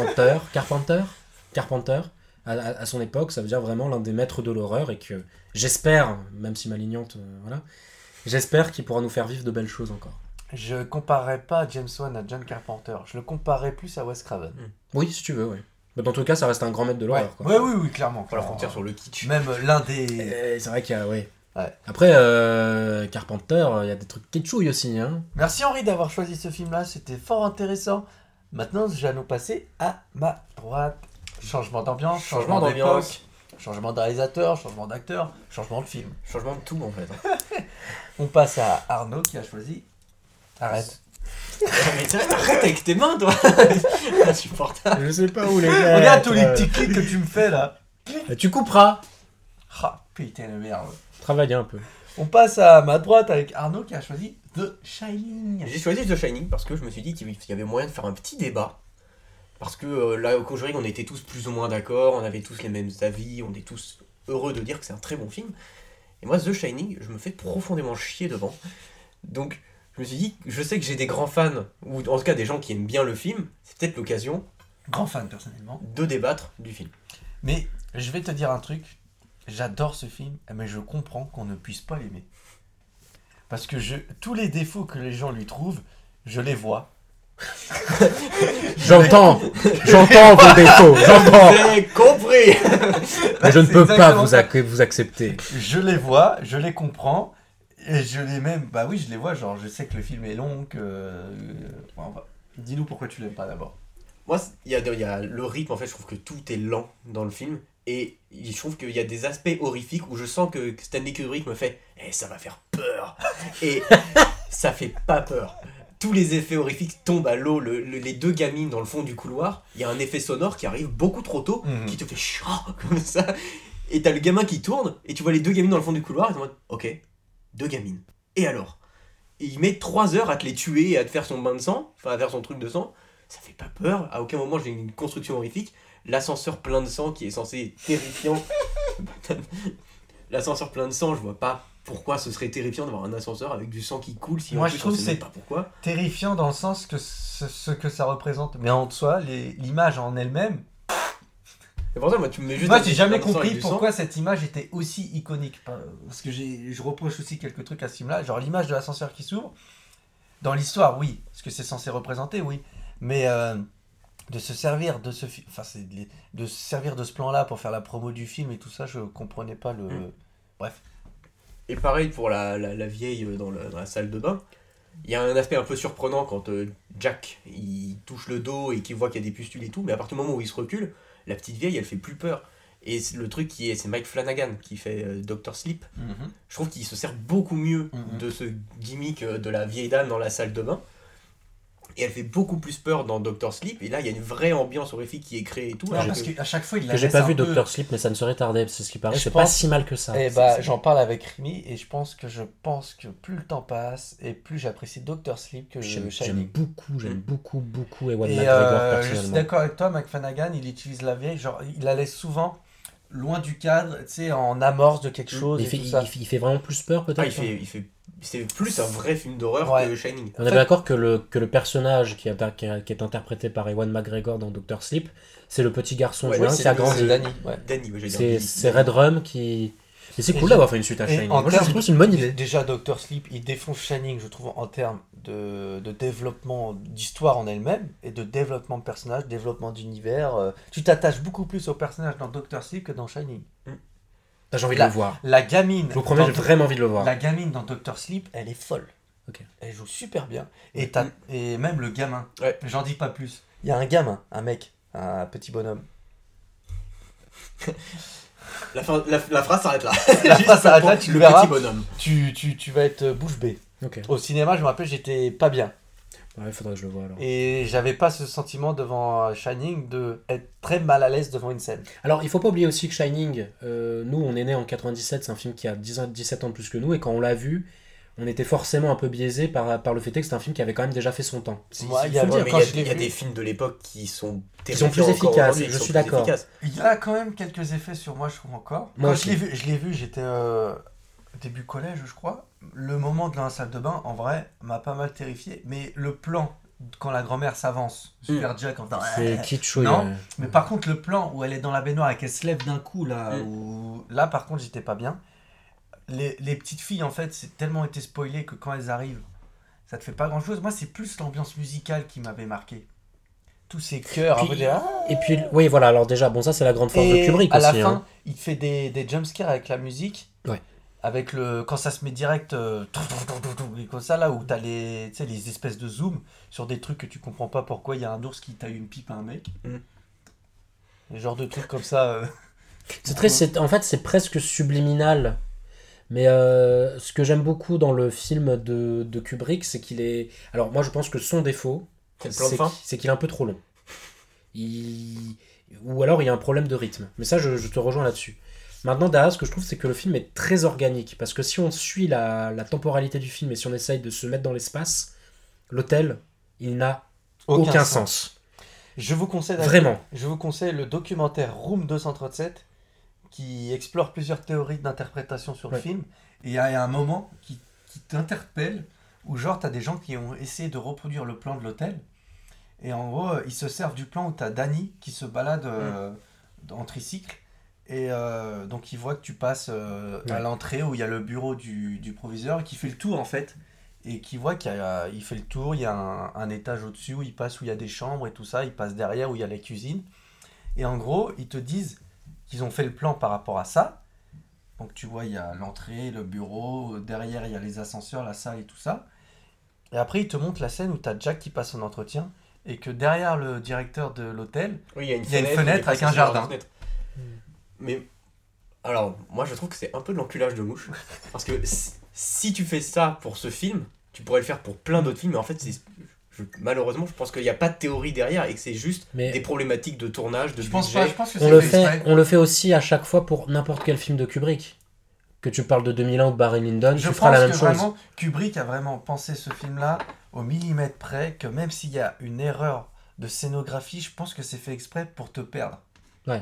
Carpenter. À son époque, ça veut dire vraiment l'un des maîtres de l'horreur et que j'espère, même si malignante, voilà, j'espère qu'il pourra nous faire vivre de belles choses encore. Je comparerais pas James Wan à John Carpenter, je le comparerais plus à Wes Craven. Oui, si tu veux, oui. Mais dans tout cas, ça reste un grand maître de l'horreur. quoi. Ouais, oui, clairement. Pour la frontière sur le kitsch. Même l'un des... C'est vrai qu'il y a, ouais. Ouais. Après, Carpenter, il y a des trucs ketchouilles aussi, hein. Merci Henri d'avoir choisi ce film-là, c'était fort intéressant. Maintenant, j'allons passer à ma droite. Changement d'ambiance, changement d'ambiance, changement de réalisateur, changement d'acteur, changement de film. Changement de tout en fait. On passe à Arnaud qui a choisi... Arrête. Mais tiens, arrête avec tes mains toi. Insupportable. Je sais pas où les Regarde tous les petits clics que tu me fais là. Tu couperas. Ah, putain de merde. Travaille un peu. On passe à ma droite avec Arnaud qui a choisi The Shining. J'ai choisi The Shining parce que je me suis dit qu'il y avait moyen de faire un petit débat. Parce que là, au Conjuring, on était tous plus ou moins d'accord, on avait tous les mêmes avis, on est tous heureux de dire que c'est un très bon film. Et moi, The Shining, je me fais profondément chier devant. Donc, je me suis dit, je sais que j'ai des grands fans, ou en tout cas des gens qui aiment bien le film, c'est peut-être l'occasion Grand fan personnellement. de débattre du film. Mais je vais te dire un truc. J'adore ce film, mais je comprends qu'on ne puisse pas l'aimer. Parce que tous les défauts que les gens lui trouvent, je les vois. J'entends vos défauts, j'entends. Vous avez compris. Mais je ne C'est peux pas exactement ça. vous accepter. Je les vois, je les comprends, et je les même. Bah oui, je les vois, genre, je sais que le film est long, que. Dis-nous pourquoi tu l'aimes pas d'abord. Moi, il y a le rythme, en fait, je trouve que tout est lent dans le film. Et je trouve qu'il y a des aspects horrifiques où je sens que Stanley Kubrick me fait « Eh, ça va faire peur !» Et ça fait pas peur. Tous les effets horrifiques tombent à l'eau, les deux gamines dans le fond du couloir. Il y a un effet sonore qui arrive beaucoup trop tôt, qui te fait chiant comme ça. Et t'as le gamin qui tourne, et tu vois les deux gamines dans le fond du couloir, et t'es en mode « Ok, deux gamines. Et alors ?» Et il met 3 heures à te les tuer et à te faire son bain de sang, enfin à faire son truc de sang. Ça fait pas peur, à aucun moment j'ai une construction horrifique. L'ascenseur plein de sang qui est censé être terrifiant. L'ascenseur plein de sang, je vois pas pourquoi ce serait terrifiant d'avoir un ascenseur avec du sang qui coule si Moi, en je plus trouve on sait c'est- même pas pourquoi. Terrifiant dans le sens que ce que ça représente. Mais en soi, l'image en elle-même. C'est pour ça, moi tu me mets juste Moi, un j'ai petit jamais bain de sang compris avec du sang. pourquoi cette image était aussi iconique. Parce que je reproche aussi quelques trucs à ce film-là. Genre l'image de l'ascenseur qui s'ouvre. Dans l'histoire, oui. Parce que c'est censé représenter, oui. Mais de se servir de ce de se servir de ce plan-là pour faire la promo du film et tout ça, je comprenais pas le. Bref. Et pareil pour la vieille dans la salle de bain. Il y a un aspect un peu surprenant quand Jack il touche le dos et qu'il voit qu'il y a des pustules et tout, mais à partir du moment où il se recule, la petite vieille elle fait plus peur. Et le truc c'est Mike Flanagan qui fait Dr. Sleep. Je trouve qu'il se sert beaucoup mieux de ce gimmick de la vieille dame dans la salle de bain. Et elle fait beaucoup plus peur dans Dr. Sleep. Et là, il y a une vraie ambiance horrifique qui est créée et tout. Ouais, alors parce que- qu'à chaque fois, il la Que j'ai laisse pas un vu peu- Dr. Sleep, mais ça ne serait tardé, c'est ce qui paraît. Et je C'est pas pense- si mal que ça. Eh bah, j'en parle avec Rémi et je pense que plus le temps passe et plus j'apprécie Dr. Sleep que J'aime Shining. beaucoup Ewan Et McGregor je suis personnellement. d'accord avec toi, McFlanagan, il utilise la vieille, genre il la laisse souvent loin du cadre, tu sais, en amorce de quelque chose Il et fait, tout ça. il fait vraiment plus peur peut-être. c'est plus un vrai film d'horreur Ouais. que Shining. On est d'accord que le personnage qui est interprété par Ewan McGregor dans Dr. Sleep, c'est le petit garçon Ouais, juin c'est qui a grandi. Danny, ouais. Danny, ouais, j'allais dire C'est Billy. c'est Red Rum qui. Mais c'est Et cool d'avoir fait une suite à Et Shining. en Moi, je termes trouve que c'est une bonne idée. Déjà, Dr. Sleep, il défonce Shining, je trouve, en termes de développement d'histoire en elle-même et de développement de personnages, développement d'univers. Tu t'attaches beaucoup plus au personnage dans Dr. Sleep que dans Shining. J'ai envie de La- le voir. La gamine. Je vous promets, dans j'ai vraiment envie de le voir. La gamine dans Dr. Sleep, elle est folle. Ok. Elle joue super bien. Et, et même le gamin. Ouais. J'en dis pas plus. Il y a un gamin, un mec, un petit bonhomme. La phrase s'arrête là. La Juste phrase s'arrête là, pour tu le verras. petit bonhomme. Tu vas être bouche bée. Ok. Au cinéma, je me rappelle, j'étais pas bien. Ouais, faudrait que je le voie alors. Et j'avais pas ce sentiment devant Shining de être très mal à l'aise devant une scène. Alors, il faut pas oublier aussi que Shining, nous, on est né en 97, c'est un film qui a 17 ans de plus que nous, et quand on l'a vu, on était forcément un peu biaisé par le fait que c'est un film qui avait quand même déjà fait son temps. Moi, il y faut a- le Ouais, dire, mais quand je il y l'ai a vu- des films de l'époque qui sont Qui sont plus terrifiants encore efficaces, aujourd'hui, je qui sont suis plus d'accord. efficaces. Il y a quand même quelques effets sur moi, je trouve encore. Moi Quand aussi. je l'ai vu, j'étais début collège, je crois. Le moment de la salle de bain, en vrai, m'a pas mal terrifié. Mais le plan, quand la grand-mère s'avance, Super Jack, en disant, C'est kitsch, non. Mais par contre, le plan où elle est dans la baignoire et qu'elle se lève d'un coup, là, par contre, j'étais pas bien. Les petites filles, en fait, c'est tellement été spoilé que quand elles arrivent, ça te fait pas grand-chose. Moi, c'est plus l'ambiance musicale qui m'avait marqué. Tous ces chœurs, un Puis- peu des... Et puis, oui, voilà, alors déjà, bon, ça, c'est la grande force de Et Kubrick à la aussi. fin, hein. il te fait des jumpscares avec la musique. Ouais. Avec quand ça se met direct, et comme ça, là où t'as tu sais, les espèces de zoom sur des trucs que tu comprends pas pourquoi il y a un ours qui taille une pipe à un mec. Les genres de trucs comme ça. En fait, c'est presque subliminal. Mais ce que j'aime beaucoup dans le film de Kubrick, c'est qu'il est... Alors, moi, je pense que son défaut, C'est le plan de fin. c'est qu'il est un peu trop long. Ou alors, il y a un problème de rythme. Mais ça, je te rejoins là-dessus. Maintenant, derrière, ce que je trouve, c'est que le film est très organique. Parce que si on suit la temporalité du film et si on essaye de se mettre dans l'espace, l'hôtel, il n'a aucun sens. Je vous conseille Vraiment. Je vous conseille le documentaire Room 237 qui explore plusieurs théories d'interprétation sur le Ouais. film. Et il y a un moment qui t'interpelle où genre t'as des gens qui ont essayé de reproduire le plan de l'hôtel. Et en gros, ils se servent du plan où t'as Danny qui se balade en tricycle. Et donc il voit que tu passes à Ouais. l'entrée où il y a le bureau du proviseur qui fait le tour en fait. et qui voit il fait le tour, il y a un étage au-dessus où il passe, où il y a des chambres et tout ça, il passe derrière où il y a la cuisine. Et en gros, ils te disent qu'ils ont fait le plan par rapport à ça. Donc tu vois, il y a l'entrée, le bureau, derrière il y a les ascenseurs, la salle et tout ça. Et après, ils te montrent la scène où tu as Jack qui passe son entretien et que derrière le directeur de l'hôtel, Oui, il y a une il y a une fenêtre, fenêtre il est avec un passé sur la jardin. fenêtre. Mais alors, moi je trouve que c'est un peu de l'enculage de mouche. Parce que si tu fais ça pour ce film, tu pourrais le faire pour plein d'autres films. Mais en fait, malheureusement, je pense qu'il n'y a pas de théorie derrière et que c'est juste Mais- des problématiques de tournage, de je pense budget. pas, je pense que On c'est le fait fait, exprès. on le fait aussi à chaque fois pour n'importe quel film de Kubrick. Que tu parles de 2001 ou de Barry Lyndon, Je tu feras la pense même que chose. vraiment, Kubrick a vraiment pensé ce film-là au millimètre près, que même s'il y a une erreur de scénographie, je pense que c'est fait exprès pour te perdre. Parce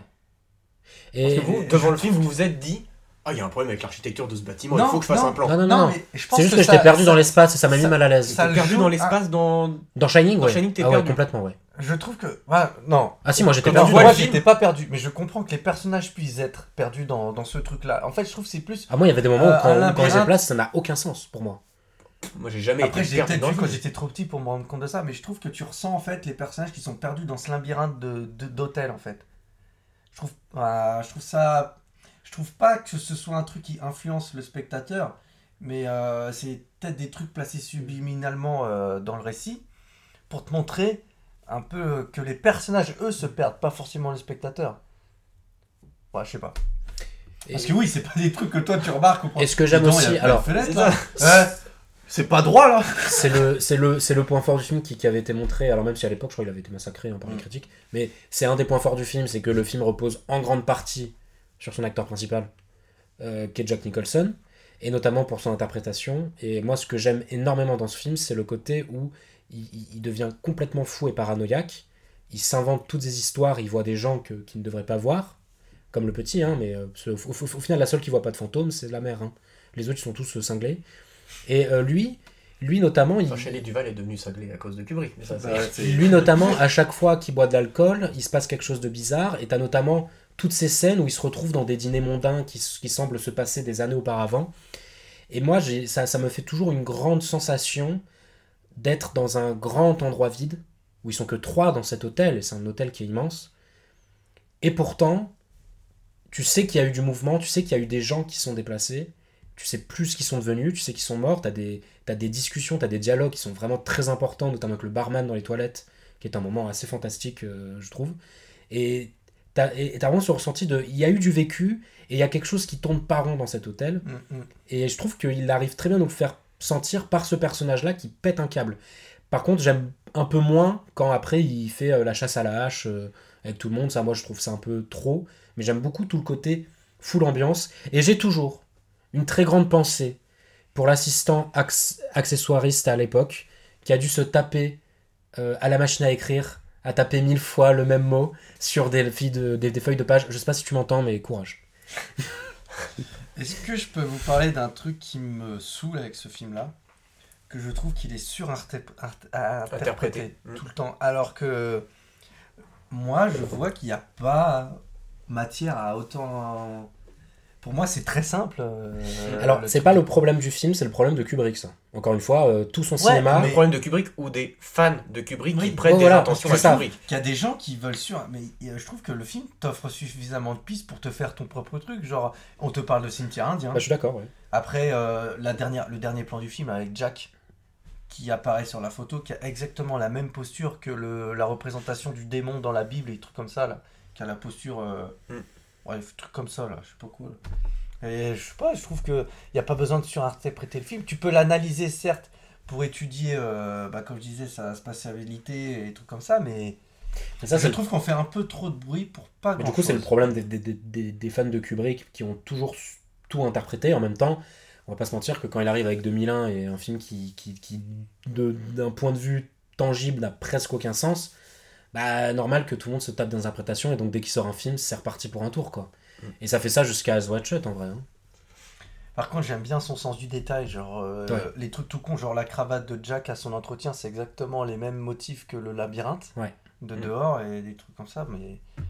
Et que vous, devant le film, vous vous êtes dit ah, il y a un problème avec l'architecture de ce bâtiment, il Non, faut que je fasse non. un plan. non. mais je pense C'est juste que que j'étais ça- perdu ça- dans l'espace et ça m'a mis ça- mal à l'aise. ça T'es le perdu joue dans à- l'espace dans. Dans Shining, Dans ouais. Shining, t'es Ah ouais, perdu. complètement, ouais. Je trouve que... non. Ah si, moi j'étais Quand perdu. on Moi, voit le film- j'étais pas perdu, mais je comprends que les personnages puissent être perdus dans ce truc-là. En fait, je trouve que c'est plus... Ah moi il y avait des moments où un quand je labyrinthe. déplace, ça n'a aucun sens pour moi. Moi j'ai jamais Après, été j'ai perdu peut-être dans vu le quand film. j'étais trop petit pour me rendre compte de ça, mais je trouve que tu ressens en fait les personnages qui sont perdus dans ce labyrinthe d'hôtel en fait. Je trouve ça... Je trouve pas que ce soit un truc qui influence le spectateur, mais c'est peut-être des trucs placés subliminalement dans le récit pour te montrer un peu que les personnages, eux, se perdent, pas forcément le spectateur. Ouais, je sais pas. Parce que oui, c'est pas des trucs que toi tu remarques. Ou Et ce que j'aime Dis donc, aussi, il y a plein de alors, fenêtres, c'est là. Ouais, c'est pas droit là. c'est le point fort du film qui avait été montré, alors même si à l'époque je crois qu'il avait été massacré par les critiques, mais c'est un des points forts du film, c'est que le film repose en grande partie sur son acteur principal, qui est Jack Nicholson, et notamment pour son interprétation. Et moi ce que j'aime énormément dans ce film, c'est le côté où il devient complètement fou et paranoïaque, il s'invente toutes ces histoires, il voit des gens qu'il ne devrait pas voir, comme le petit, hein, mais au final la seule qui voit pas de fantômes c'est la mère, hein. Les autres ils sont tous cinglés. Et lui notamment, Enfin, Shelley Duvall est devenu cinglé à cause de Kubrick. Mais ça, c'est- lui notamment, à chaque fois qu'il boit de l'alcool, il se passe quelque chose de bizarre. Et t'as notamment toutes ces scènes où il se retrouve dans des dîners mondains qui semblent se passer des années auparavant. Et moi, ça me fait toujours une grande sensation d'être dans un grand endroit vide, où ils sont que 3 dans cet hôtel, et c'est un hôtel qui est immense. Et pourtant, tu sais qu'il y a eu du mouvement, tu sais qu'il y a eu des gens qui sont déplacés, tu sais plus ce qu'ils sont devenus, tu sais qu'ils sont morts, t'as des discussions, t'as des dialogues qui sont vraiment très importants, notamment avec le barman dans les toilettes, qui est un moment assez fantastique, je trouve. Et t'as vraiment ce ressenti de... Il y a eu du vécu, et il y a quelque chose qui tourne pas rond dans cet hôtel, et je trouve qu'il arrive très bien à nous le faire sentir par ce personnage-là qui pète un câble. Par contre, j'aime un peu moins quand après il fait la chasse à la hache avec tout le monde, ça moi je trouve ça un peu trop, mais j'aime beaucoup tout le côté full ambiance, et j'ai toujours une très grande pensée pour l'assistant accessoiriste à l'époque, qui a dû se taper à la machine à écrire, à taper 1000 fois le même mot sur des feuilles de page. Je sais pas si tu m'entends, mais courage. Est-ce que je peux vous parler d'un truc qui me saoule avec ce film-là, que je trouve qu'il est surinterprété Interprété. tout le temps, alors que moi je vois qu'il n'y a pas matière à autant... Pour moi c'est très simple. Alors, c'est pas le problème du film, c'est le problème de Kubrick, ça. Encore une fois, tout son cinéma... Le problème de Kubrick ou des fans de Kubrick Oui. qui prêtent Oh, des voilà, intentions c'est à ça. Kubrick. Il y a des gens qui veulent mais je trouve que le film t'offre suffisamment de pistes pour te faire ton propre truc. Genre, on te parle de cimetière indien. Bah, je suis d'accord, ouais. Après, le dernier plan du film avec Jack qui apparaît sur la photo, qui a exactement la même posture que la représentation du démon dans la Bible et des trucs comme ça, là. Qui a la posture... Ouais, truc comme ça, là. Je sais pas quoi. Là. Et je sais pas, je trouve qu'il n'y a pas besoin de surinterpréter le film. Tu peux l'analyser, certes, pour étudier, comme je disais, sa spatialité et des trucs comme ça, mais... Et ça, je trouve qu'on fait un peu trop de bruit pour pas Mais grand du coup, c'est le chose. problème des fans de Kubrick qui ont toujours tout interprété. En même temps, on va pas se mentir que quand il arrive avec 2001 et un film qui d'un point de vue tangible, n'a presque aucun sens, bah, normal que tout le monde se tape des interprétations, et donc dès qu'il sort un film, c'est reparti pour un tour, quoi. Et ça fait ça jusqu'à Eyes Wide Shut, en vrai. Hein. Par contre, j'aime bien son sens du détail, genre Ouais. les trucs tout cons, genre la cravate de Jack à son entretien, c'est exactement les mêmes motifs que le labyrinthe Ouais. de dehors et des trucs comme ça, mais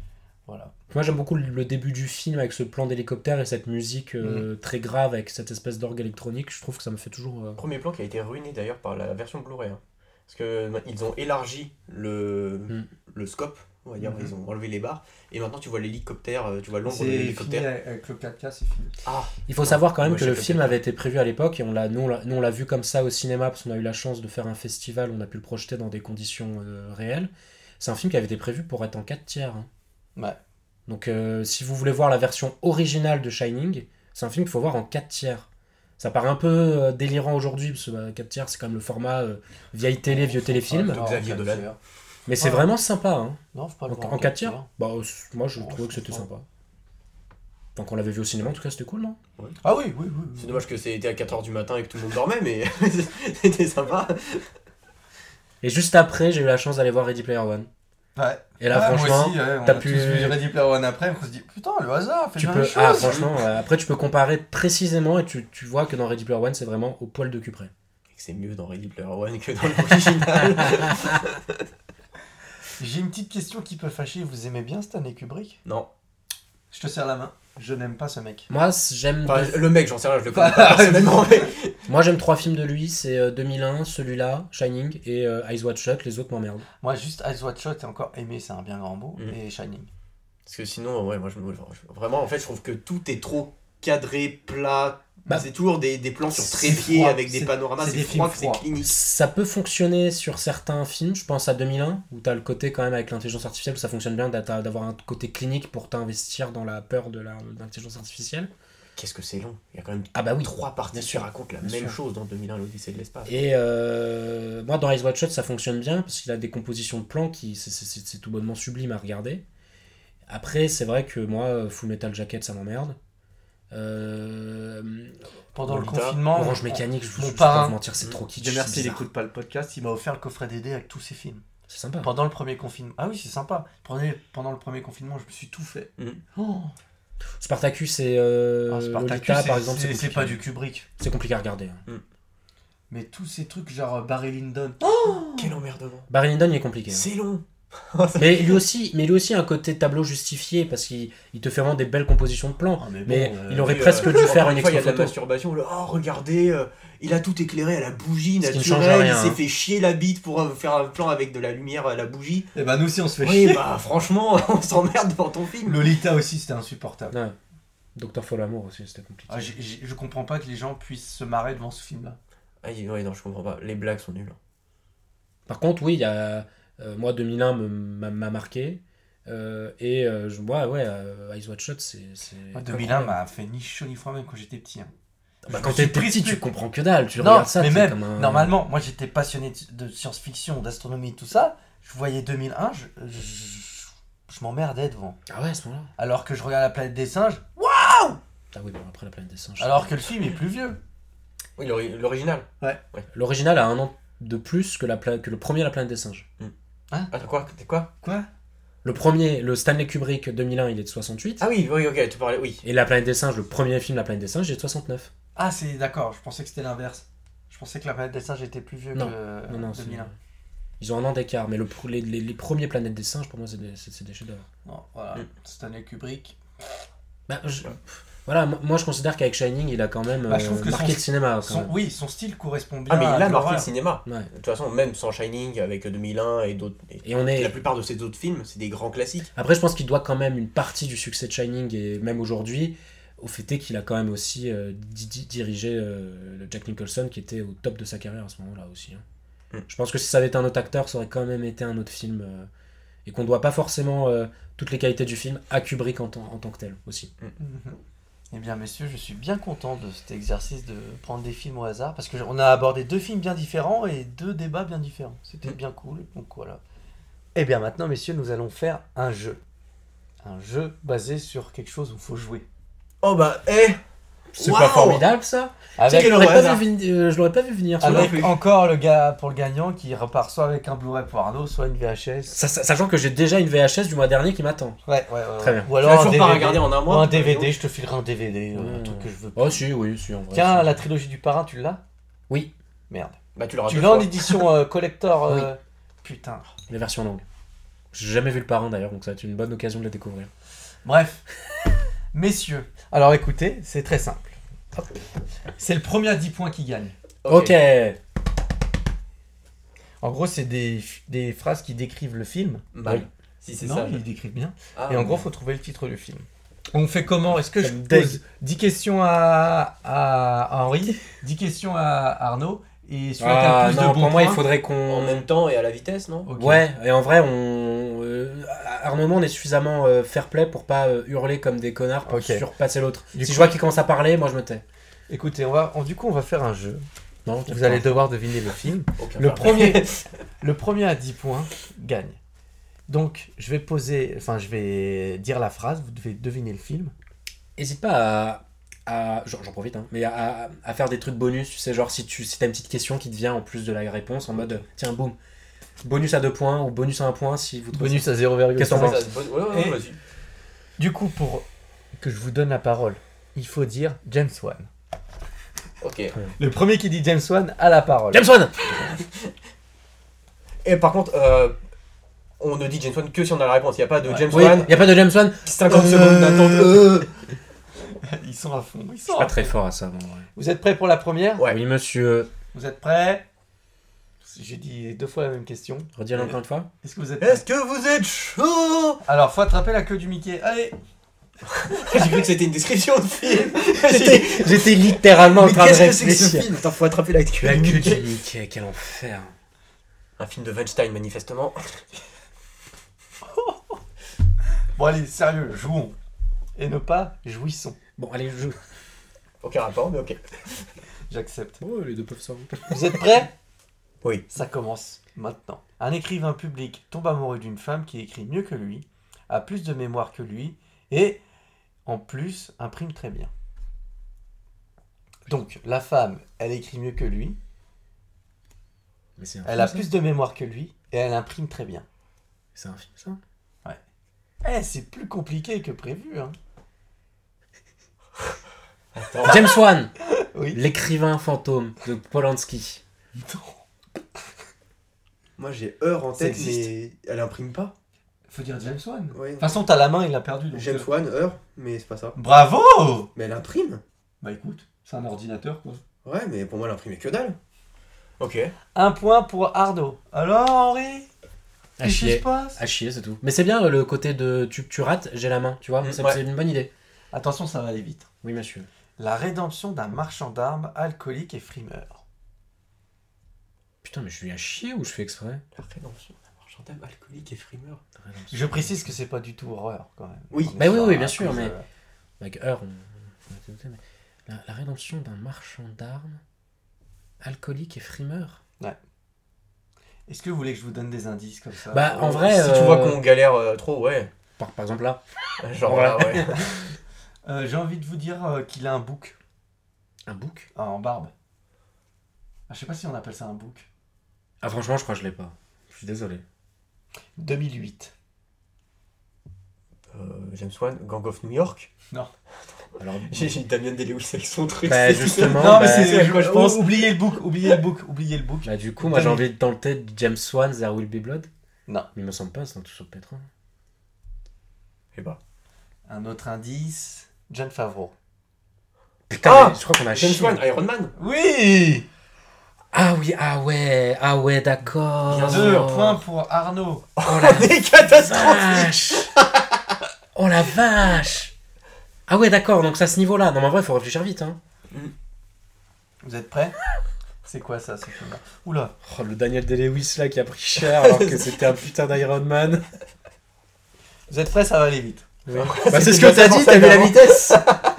Voilà. Moi j'aime beaucoup le début du film avec ce plan d'hélicoptère et cette musique très grave avec cette espèce d'orgue électronique. Je trouve que ça me fait toujours... Premier plan qui a été ruiné d'ailleurs par la version Blu-ray. Hein. Parce que ils ont élargi le scope, on va dire, ils ont enlevé les barres. Et maintenant tu vois l'hélicoptère, tu vois l'ombre de C'est fini l'hélicoptère. avec le 4K, c'est fini. Ah, Il faut savoir quand même Moi, que j'ai le pas film fait. avait été prévu à l'époque et nous on l'a vu comme ça au cinéma parce qu'on a eu la chance de faire un festival, on a pu le projeter dans des conditions réelles. C'est un film qui avait été prévu pour être en 4/3. Hein. Ouais. Donc si vous voulez voir la version originale de Shining, c'est un film qu'il faut voir en 4/3. Ça paraît un peu délirant aujourd'hui parce que 4/3 c'est comme le format vieille télé, vieux téléfilm. de Xavier Dolan. Mais c'est vraiment sympa. Hein. Non, faut pas le voir En 4/3 bah, moi je Non, trouvais que je c'était comprends. sympa. Donc on l'avait vu au cinéma, en tout cas c'était cool, non? Ah oui. C'est dommage que c'était à 4h du matin et que tout le monde dormait, mais c'était sympa. Et juste après, j'ai eu la chance d'aller voir Ready Player One. Ouais. Et là, franchement, moi aussi, on t'as a pu- tous vu Ready Player One après, on se dit putain, le hasard fait Tu bien peux... les Ah, choses. franchement, après tu peux comparer précisément et tu vois que dans Ready Player One, c'est vraiment au poil de cul près. C'est mieux dans Ready Player One que dans l'original. J'ai une petite question qui peut fâcher. Vous aimez bien Stanley Kubrick? Non. Je te serre la main. Je n'aime pas ce mec. Moi, j'aime Enfin, le mec, j'en sais rien, je le connais pas personnellement, mais... Moi, j'aime 3 films de lui, c'est 2001, celui-là, Shining et Eyes Wide Shut, les autres m'emmerdent. Moi, juste Eyes Wide Shut et encore Aimé, c'est un bien grand mot. Mhm. Et Shining. Parce que sinon, ouais, moi, vraiment, en fait, je trouve que tout est trop cadré, plat. Bah, c'est toujours des plans sur c'est trépied froid, avec des c'est- panoramas, c'est c'est des froid, films c'est froids. clinique. Ça peut fonctionner sur certains films, je pense à 2001, où t'as le côté quand même avec l'intelligence artificielle, où ça fonctionne bien d'avoir un côté clinique pour t'investir dans la peur de l'intelligence artificielle. Qu'est-ce que c'est long. Il y a quand même Ah bah oui, 3 parties bien qui sûr, racontent la bien même sûr. chose dans 2001, l'Odyssée de l'espace. Et moi, dans Eyes Wide Shut, ça fonctionne bien parce qu'il a des compositions de plans qui c'est tout bonnement sublime à regarder. Après, c'est vrai que moi, Full Metal Jacket, ça m'emmerde. Pendant le Lolita, confinement, Orange Mécanique, je mon vais pas parrain- vous mentir, c'est trop kitsch. Dieu merci, c'est il bizarre. écoute pas le podcast. Il m'a offert le coffret DD avec tous ses films. C'est sympa. Pendant le premier confinement. Ah oui, c'est sympa. Pendant le premier confinement, je me suis tout fait. Mhm. Oh. Spartacus et Ah, Spartacus, Lolita, c'est- par exemple, c'est compliqué. pas du Kubrick. C'est compliqué à regarder. Hein. Mais tous ces trucs, genre Barry Lyndon. Quel emmerdement. Barry Lyndon, il est compliqué. Hein. C'est long. Mais lui aussi a un côté tableau justifié parce qu'il te fait vraiment des belles compositions de plans. Ah, mais bon, mais il aurait Oui, presque dû encore faire une fois, il y a de la expo photo. masturbation. Oh, regardez, il a tout éclairé à la bougie Ce qui ne change naturelle. rien, Il s'est hein. fait chier la bite pour faire un plan avec de la lumière à la bougie. Et bah, nous aussi, on se fait Oui, chier. bah franchement, on s'emmerde devant ton film. Lolita aussi, c'était insupportable. Ouais. Docteur Folamour aussi, c'était compliqué. Ah, je comprends pas que les gens puissent se marrer devant ce film-là. Ah, ouais, non, je comprends pas. Les blagues sont nulles. Par contre, oui, il y a moi 2001 m'a marqué Eyes Wide Shut, c'est Moi, 2001 m'a fait ni chaud ni froid même quand j'étais petit. Hein. Bah, Je quand me suis t'es pris petit, ce tu truc. comprends que dalle. Tu Non, regardes ça, mais t'es même, comme un... normalement, moi j'étais passionné de science-fiction, d'astronomie, tout ça. Je voyais 2001, je m'emmerdais devant. Ah ouais, à ce moment-là. Alors que je regarde La Planète des Singes, Ah oui, bon, après la planète des singes. alors que le film est plus vieux. Oui, l'original. L'original a 1 an de plus que le premier La planète des singes. Attends, quoi? Quoi? Le premier, le Stanley Kubrick 2001, il est de 68. Ah oui, ok, tu parlais, oui. Et La planète des singes, le premier film La planète des singes, il est de 69. Ah, c'est d'accord, je pensais que c'était l'inverse. Je pensais que La Planète des Singes était plus vieux Non, que Non, c'est- 2001. Ils ont 1 an d'écart, mais les premiers planètes des singes, pour moi, c'est des chefs-d'œuvre. Non, voilà, Mm. Stanley Kubrick. Bah, voilà, moi je considère qu'avec Shining, il a quand même Bah, je trouve que marqué le cinéma. Quand même. Oui, son style correspond bien Ah, mais à il a marqué l'horreur. le cinéma. Ouais. De toute façon, même sans Shining, avec 2001 et d'autres. Et on Et est... la plupart de ces autres films, c'est des grands classiques. Après, je pense qu'il doit quand même une partie du succès de Shining, et même aujourd'hui, au fait est qu'il a quand même aussi dirigé le Jack Nicholson, qui était au top de sa carrière à ce moment-là aussi. Hein. Je pense que si ça avait été un autre acteur, ça aurait quand même été un autre film. Et qu'on ne doit pas forcément toutes les qualités du film à Kubrick en tant que tel aussi. Mhm. Eh bien, messieurs, je suis bien content de cet exercice de prendre des films au hasard, parce qu'on a abordé 2 films bien différents et 2 débats bien différents. C'était bien cool, donc voilà. Eh bien, maintenant, messieurs, nous allons faire un jeu. Un jeu basé sur quelque chose où il faut jouer. Oh bah, C'est Waouh pas formidable ça? Avec, Je quel l'aurais hasard. je l'aurais pas vu venir. celui-là. avec encore le gars pour le gagnant qui repart soit avec un Blu-ray pour Arnaud, soit une VHS. Sachant que j'ai déjà une VHS du mois dernier qui m'attend. Ouais. Très bien. Ou tu vas alors un toujours DVD, pas regarder en un ou mois. un DVD, je te filerai un DVD, un truc que je veux. Oh si, oui, si, en vrai. Tiens, si. la trilogie du parrain, tu l'as? Oui, Merde. Bah, tu l'auras Tu deux l'as en fois. édition collector Oui. Putain. les versions longues. J'ai jamais vu le parrain d'ailleurs, donc ça va être une bonne occasion de le découvrir. Bref, messieurs, alors écoutez, c'est très simple. Hop. C'est le premier à 10 points qui gagne. Ok. En gros, c'est des phrases qui décrivent le film. Mal. Oui. Si c'est Non, ça. ils décrivent bien. Ah, Et en mais- gros, il faut trouver le titre du film. On fait comment? Est-ce que je Comme pose 10 questions à Henri, 10 questions à Arnaud, et celui qui a Ah le plus non, de bons pour moi, il points faudrait En qu'on... même temps et à la vitesse, non? Ok. Ouais, et en vrai, Arnaud et moi, on est suffisamment fair play pour pas hurler comme des connards pour Ok. surpasser l'autre. Du Si coup- je vois qu'il commence à parler, moi je me tais. Écoutez, du coup, on va faire un jeu. Non, Vous allez devoir deviner le film. Aucun Le problème. premier à 10 points gagne. Donc, je vais dire la phrase, vous devez deviner le film. Hésite pas j'en profite, hein, mais à faire des trucs bonus, tu sais, genre si t'as une petite question qui te vient en plus de la réponse, en mode, tiens, boum, bonus à 2 points ou bonus à 1 point si vous trouvez Bonus ça. à 0,5. Qu'est-ce que t'en penses? Ouais, Et- vas-y. Du coup, pour que je vous donne la parole, il faut dire James Wan. Ok. Le premier qui dit James Wan a la parole. James Wan. Et par contre, on ne dit James Wan que si on a la réponse. Il n'y a pas de James Oui, Wan. y a pas de James Wan. 50 secondes d'attente. Ils sont à fond. Ils Je sont suis à pas très fort à ça, moi. Ouais. Vous êtes prêts pour la première? Ouais. Oui, monsieur. Vous êtes prêts? J'ai dit 2 fois la même question. Redis-le encore une fois. Est-ce que vous êtes prêts? Est-ce que vous êtes chaud? Alors, faut attraper la queue du Mickey. Allez! J'ai cru que c'était une description de film. J'étais littéralement en Mais train de qu'est-ce que c'est que ce réfléchir. film? Attends, faut attraper la queue. La du queue Mickey. du Mickey, quel enfer. Un film de Weinstein, manifestement. Bon, allez, sérieux, jouons. Et ne pas jouissons. Bon, allez, je joue. Aucun rapport, mais ok. J'accepte. Oh, les deux peuvent sortir. Vous êtes prêts? Oui. Ça commence maintenant. Un écrivain public tombe amoureux d'une femme qui écrit mieux que lui, a plus de mémoire que lui, et en plus imprime très bien. Donc, la femme, elle écrit mieux que lui, Mais c'est un elle film, a ça. plus de mémoire que lui, et elle imprime très bien. C'est un film, ça. C'est plus compliqué que prévu, hein. James Wan, Oui. l'écrivain fantôme de Polanski. Moi j'ai Heure en Ça tête, existe. mais elle imprime pas. Faut dire James Wan. Ouais. De toute façon, t'as la main, il l'a perdu. Donc James Wan, Heure, mais c'est pas ça. Bravo! Mais elle imprime. Bah écoute, c'est un ordinateur, quoi. Ouais, mais pour moi elle imprimait que dalle. Ok. 1 point pour Arnaud. Alors, Henri? À Qu'est-ce qui se chier. passe? À chier, c'est tout. Mais c'est bien le côté de tu rates, j'ai la main, tu vois. C'est ouais. c'est une bonne idée. Attention, ça va aller vite. Oui, monsieur. La rédemption d'un marchand d'armes alcoolique et frimeur. Putain, mais je suis à chier ou je fais exprès? La rédemption d'un marchand d'âme alcoolique et frimeur. Je précise que c'est pas du tout horreur, quand même. Oui. On est Bah oui, sur oui, un bien sûr, quiz, mais- Avec Heure, on a été noté, mais la rédemption d'un marchand d'armes, alcoolique et frimeur. Est-ce que vous voulez que je vous donne des indices comme ça? Bah, en vrai, Si tu vois qu'on galère trop, ouais. Par exemple là. Genre là, ouais. J'ai envie de vous dire qu'il a un bouc Un bouc? en barbe. Ah, je sais pas si on appelle ça un bouc. Ah, franchement, je crois que je l'ai pas. Je suis désolé. 2008. James Wan, Gang of New York. Alors, J'ai Damien Day-Lewis avec son truc. Bah, c'est- justement, Non, mais bah, c'est à quoi je pense. Oubliez le bouc, oubliez le bouc, oubliez le bouc. bah, du coup, moi j'ai envie de tenter James Wan, There Will Be Blood. Non. Mais il me semble pas, c'est dans tout sur le pétrole. Eh bah. Un autre indice, John Favreau. Putain, Ah, mais je crois qu'on a James chié. Wan, Iron Man. Oui! Ah oui, ah ouais, d'accord. Bien 2 sûr. points pour Arnaud. Oh la Des catastrophes. vache. Oh la vache. Ah ouais, d'accord, donc c'est à ce niveau-là. Non, mais en vrai, il faut réfléchir vite. Hein. Vous êtes prêts? C'est quoi ça, ce film-là? Oula. Oh, le Daniel Day-Lewis là qui a pris cher alors que c'était un putain d'Iron Man. Vous êtes prêts? Ça va aller vite. Oui. Bah, c'est ce que t'as dit, t'as vu la vitesse.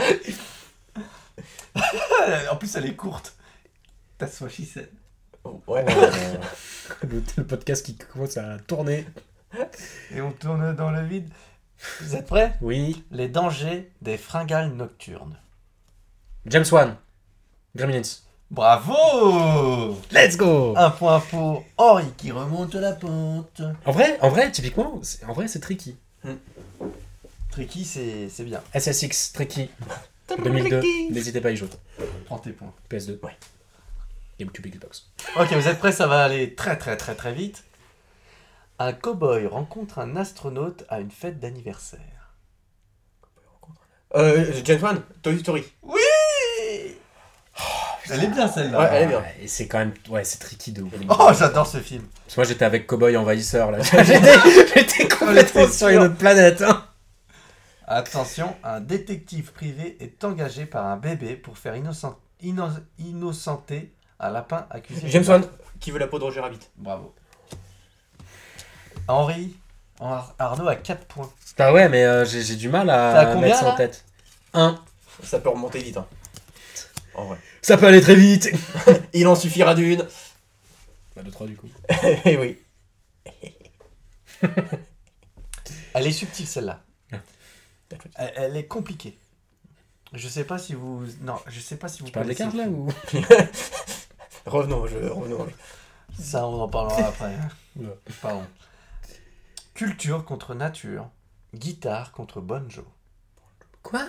En plus, elle est courte. That's what she said. Ouais. Le podcast qui commence à tourner. Et on tourne dans le vide. Vous êtes prêts? Oui. Les dangers des fringales nocturnes. James Wan. Gremlins. Bravo! Let's go. 1 point pour Henri qui remonte la pente. En vrai, typiquement, c'est tricky. Tricky, c'est bien. SSX, tricky. 2002, n'hésitez pas à y jouer. Prends tes points. PS2. Ouais. GameCube, Xbox. Ok, vous êtes prêts? Ça va aller très très très très vite. Un cow-boy rencontre un astronaute à une fête d'anniversaire. James Wan, Toy Story. Oui. Elle est bien celle-là. Ouais, elle est bien. Et c'est quand même... Ouais, c'est tricky de ouf. Oh, j'adore ce film. Parce que moi, j'étais avec Cowboy Envahisseur, là. J'étais complètement était sur une autre planète, hein. Attention, un détective privé est engagé par un bébé pour faire innocenter un lapin accusé. James Wan, qui veut la peau de Roger Rabbit. Bravo. Henri, Arnaud a 4 points. Ah ouais, mais j'ai du mal T'as à combien, mettre ça là en tête. 1. Ça peut remonter vite, hein. En vrai. Ça peut aller très vite. Il en suffira d'une. Bah, 2-3 du coup. Eh oui. Elle est subtile celle-là. Elle est compliquée. Je sais pas si vous... Non, je sais pas si vous... Tu parles des cartes, là, ou... Revenons. Ça, on en parlera après. Ouais. Pardon. Culture contre nature. Guitare contre banjo. Quoi?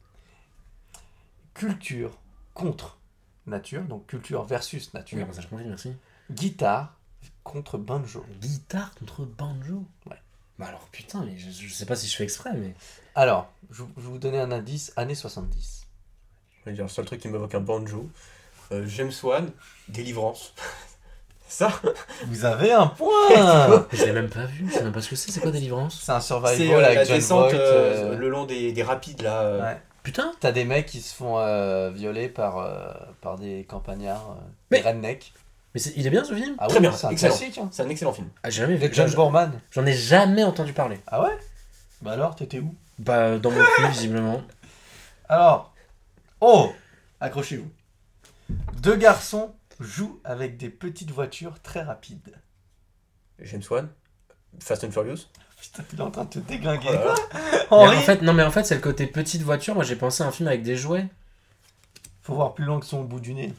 Culture contre nature, donc culture versus nature. Oui, bon, ça je compris, merci. Guitare contre banjo. Guitare contre banjo? Ouais. Bah alors, putain, mais je sais pas si je fais exprès, mais... Alors, je vais vous donner un indice, années 70. Je vais dire, le seul truc qui m'évoque un banjo. James Wan, Délivrance. Ça, Vous avez un point. Je l'ai même pas vu, je sais même pas ce que c'est quoi Délivrance? C'est un survival c'est avec la John descente Voight, le long des rapides, là. Ouais. Putain. T'as des mecs qui se font violer par des campagnards, Mais- des rednecks. Mais il est bien ce film? Ah Très oui, bien, c'est un excellent. classique. Hein. C'est un excellent film. Ah, j'ai jamais vu. Avec John Boorman. J'en ai jamais entendu parler. Ah ouais? Bah alors, t'étais où? Bah, dans mon cul, visiblement. Alors, oh, accrochez-vous. Deux garçons jouent avec des petites voitures très rapides. James Wan, Fast and Furious. Putain, il est en train de te déglinguer. Oh là là. Henri, Mais en fait, c'est le côté petite voiture. Moi, j'ai pensé à un film avec des jouets. faut voir plus loin que son bout du nez.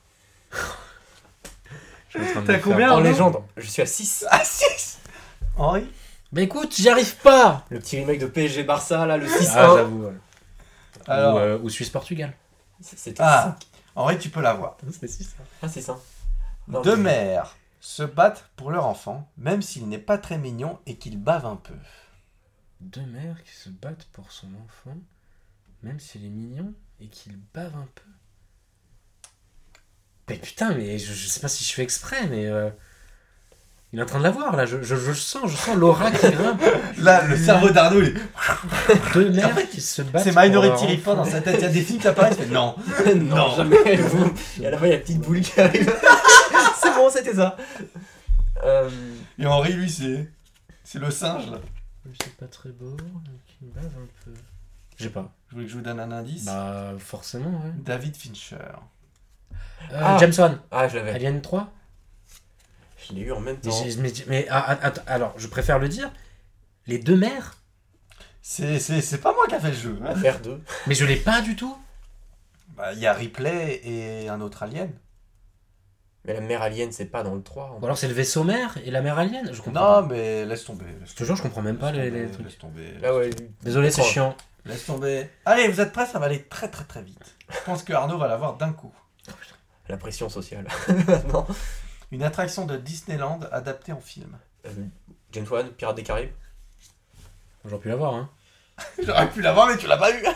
Je suis en train de T'as me faire- combien, En Arnaud? légende, je suis à 6. Ah, 6. Henri, Bah écoute, j'y arrive pas. Le petit remake de PSG Barça, là, le 6-1. Ah, j'avoue. Ouais. alors, Ou Suisse-Portugal. C'était ah, Henri, tu peux l'avoir. C'est si ça. Ah, c'est ça. Non, Deux mais- mères se battent pour leur enfant, même s'il n'est pas très mignon et qu'il bave un peu. Deux mères qui se battent pour son enfant, même s'il est mignon et qu'il bave un peu. Mais putain, mais je sais pas si je fais exprès, mais il est en train de l'avoir là. Je sens l'aura qui grimpe. Là, le cerveau d'Arnaud, il est- Deux mères qui se battent. c'est pour Minority leur Report enfant. dans sa tête. Il y a des films qui apparaissent, mais non. non, jamais. Et à la fin, il y a la petite boule qui arrive. C'est bon, c'était ça. Et Henri, lui, c'est le singe, là. C'est pas très beau, qui bave un peu. J'ai pas. Je voulais que je vous donne un indice. Bah, forcément, ouais. David Fincher. James Wan, Ah, je l'avais. Alien 3. Je l'ai eu en même temps. Attends, alors, je préfère le dire. Les deux mères. C'est pas moi qui a fait le jeu. Hein. Affaire 2. Mais je l'ai pas du tout. Bah, il y a Ripley et un autre alien. Mais la mère alien, c'est pas dans le 3. Ou alors c'est le vaisseau mère et la mère alien. Je comprends. Non, mais laisse tomber. Je te jure, je comprends même pas les Laisse trucs. Laisse tomber. Là, ouais. Désolé, c'est chiant. Laisse tomber. Allez, vous êtes prêts? Ça va aller très très très vite. Je pense que Arnaud va l'avoir d'un coup. La pression sociale. Non. Une attraction de Disneyland adaptée en film. James Wan, Pirates des Caraïbes. J'aurais pu l'avoir, hein. J'aurais pu l'avoir, mais tu l'as pas eu.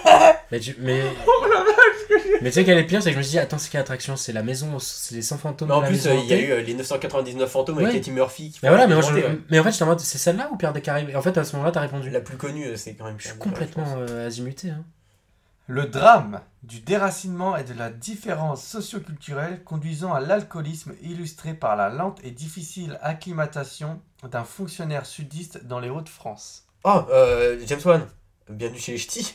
Mais tu sais quel est le pire, c'est que je me suis dit, attends, c'est quelle attraction? C'est la maison, c'est les 100 fantômes Mais de en la plus, maison il y a hantée. eu les 999 fantômes Ouais. avec Eddie Murphy. Qui Mais voilà, mais, font moi, les hantés, mais en fait, j'étais en mode, c'est celle-là ou Pirates des Caraïbes? Et en fait, à ce moment-là, t'as répondu. La plus connue, c'est quand même. Je suis complètement azimuté, hein. Le drame du déracinement et de la différence socioculturelle conduisant à l'alcoolisme illustré par la lente et difficile acclimatation d'un fonctionnaire sudiste dans les Hauts-de-France. Oh, James Wan. Bienvenue chez les Ch'tis.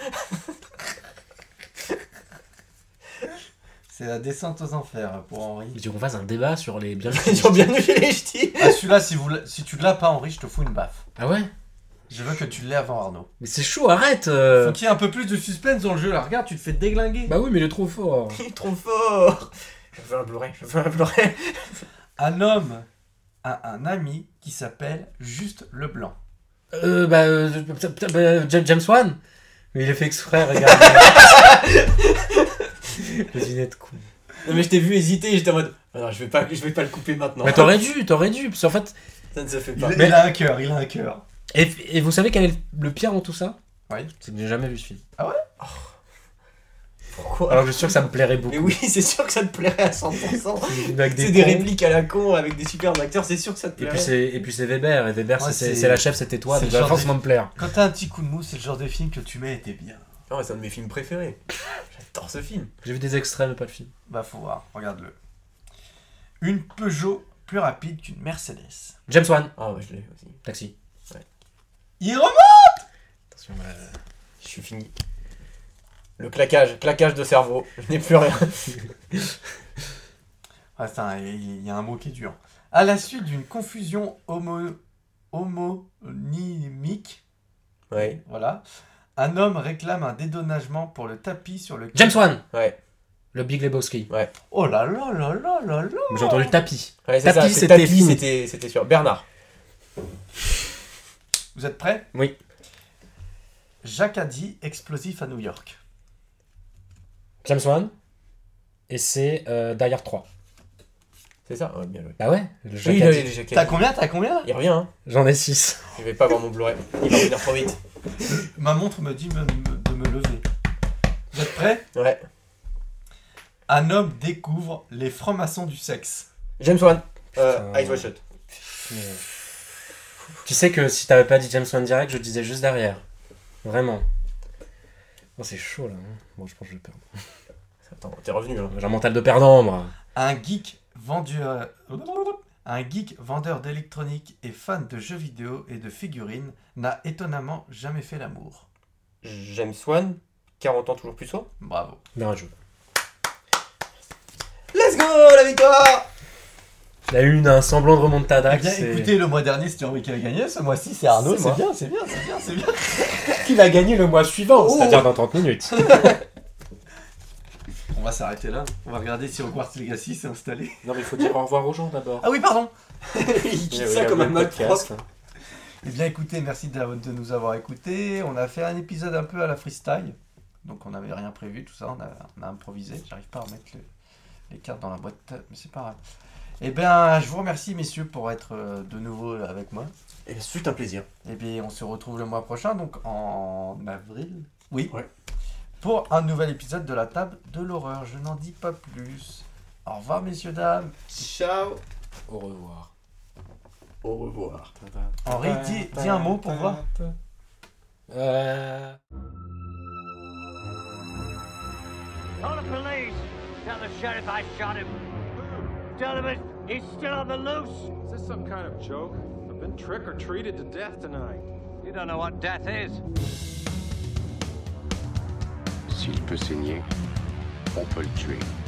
C'est la descente aux enfers pour Henri. Il faut qu'on fasse un débat sur les biens. Ils ont bienvenue chez les Ch'tis. Ah, celui-là, si tu l'as pas, Henri, je te fous une baffe. Ah ouais? Je veux que tu l'aies avant Arnaud. Mais c'est chaud, arrête Faut qu'il y ait un peu plus de suspense dans le jeu, là. Regarde, tu te fais déglinguer. Bah oui, mais il est trop fort. Il est trop fort. Je veux un Blu-ray. Un homme a un ami qui s'appelle Juste Leblanc. James Wan. Mais il est fait exprès, regarde. Le dîner de con. Non, mais je t'ai vu hésiter, j'étais en mode. Ah non, je vais pas le couper maintenant. Mais t'aurais dû, parce qu'en fait, Ça ne se fait pas. Il a un cœur, il a un cœur. Et vous savez quel est le pire dans tout ça? Oui. C'est que j'ai jamais vu ce film. Pourquoi? Alors je suis sûr que ça me plairait beaucoup. Mais oui, c'est sûr que ça te plairait à 100%. Avec C'est des cons. répliques à la con avec des superbes acteurs, c'est sûr que ça te Et plairait. puis c'est Weber. Et Weber, Ouais, c'est la chef, c'était toi. c'est Donc le ça va genre forcément me plaire. Quand t'as un petit coup de mou, c'est le genre de film que tu mets et t'es bien. Non, mais c'est un de mes films préférés. J'adore ce film. J'ai vu des extraits, mais pas le film. Bah faut voir, regarde-le. Une Peugeot plus rapide qu'une Mercedes. James Wan. Ah ouais, je l'ai aussi. Taxi. Il remonte. Attention. Je suis fini. Le claquage de cerveau. Je n'ai plus rien. Ah, il y a un mot qui est dur. À la suite d'une confusion homonymique, Ouais, voilà, un homme réclame un dédommagement pour le tapis sur le... James Wan. ouais. Le Big Lebowski. Oh là là là là là là. J'ai entendu tapis. Ouais, c'est Tapis, ça, c'était Tapis, fini. c'était sûr. Bernard. Vous êtes prêts? Oui. Jacques a dit explosif à New York. James Wan. Et c'est Die Hard 3. C'est ça? Ouais, bien joué. Bah ouais. Le Oui, Jacques il a a dit. les T'as combien? Il revient, hein. J'en ai 6. Je vais pas avoir mon Blu-ray. Il va revenir trop vite. Ma montre me dit de me lever. Vous êtes prêts? Ouais. Un homme découvre les francs-maçons du sexe. James Wan. Putain. Eyes Wide Shut. Tu sais que si t'avais pas dit James Wan direct, je disais juste derrière. Vraiment. Oh, c'est chaud là. Hein. Bon, je pense que je vais perdre. Attends, t'es revenu là. J'ai un mental de perdant, moi. Un geek vendeur d'électronique et fan de jeux vidéo et de figurines n'a étonnamment jamais fait l'amour. James Wan, 40 ans toujours plus soi. Bravo. Bien joué. Let's go, la victoire! Il a eu un semblant de remontada. Eh bien, écoutez, le mois dernier, c'était Henri qui a gagné. Ce mois-ci, c'est Arnaud. C'est moi. C'est bien. qu'il a gagné le mois suivant, Oh. c'est-à-dire dans 30 minutes. On va s'arrêter là. On va regarder si Hogwarts Legacy s'est installé. Non, mais il faut dire au revoir aux gens d'abord. Ah oui, pardon. Il quitte ça comme un mode propre. Eh bien, écoutez, merci de nous avoir écoutés. On a fait un épisode un peu à la freestyle. Donc, on n'avait rien prévu, tout ça. On a improvisé. J'arrive pas à remettre les cartes dans la boîte, mais c'est pas grave. Eh bien, je vous remercie, messieurs, pour être de nouveau avec moi. Et c'est un plaisir. Eh bien, on se retrouve le mois prochain, donc en avril. Oui. Ouais. Pour un nouvel épisode de la table de l'horreur. Je n'en dis pas plus. Au revoir, messieurs, dames. Ciao. Au revoir. Au revoir. Henri, dis un mot pour voir. Call the police. Tell the sheriff I shot him. Tell him he's still on the loose. Is this some kind of joke? I've been trick or treated to death tonight. You don't know what death is. S'il peut saigner, on peut le tuer.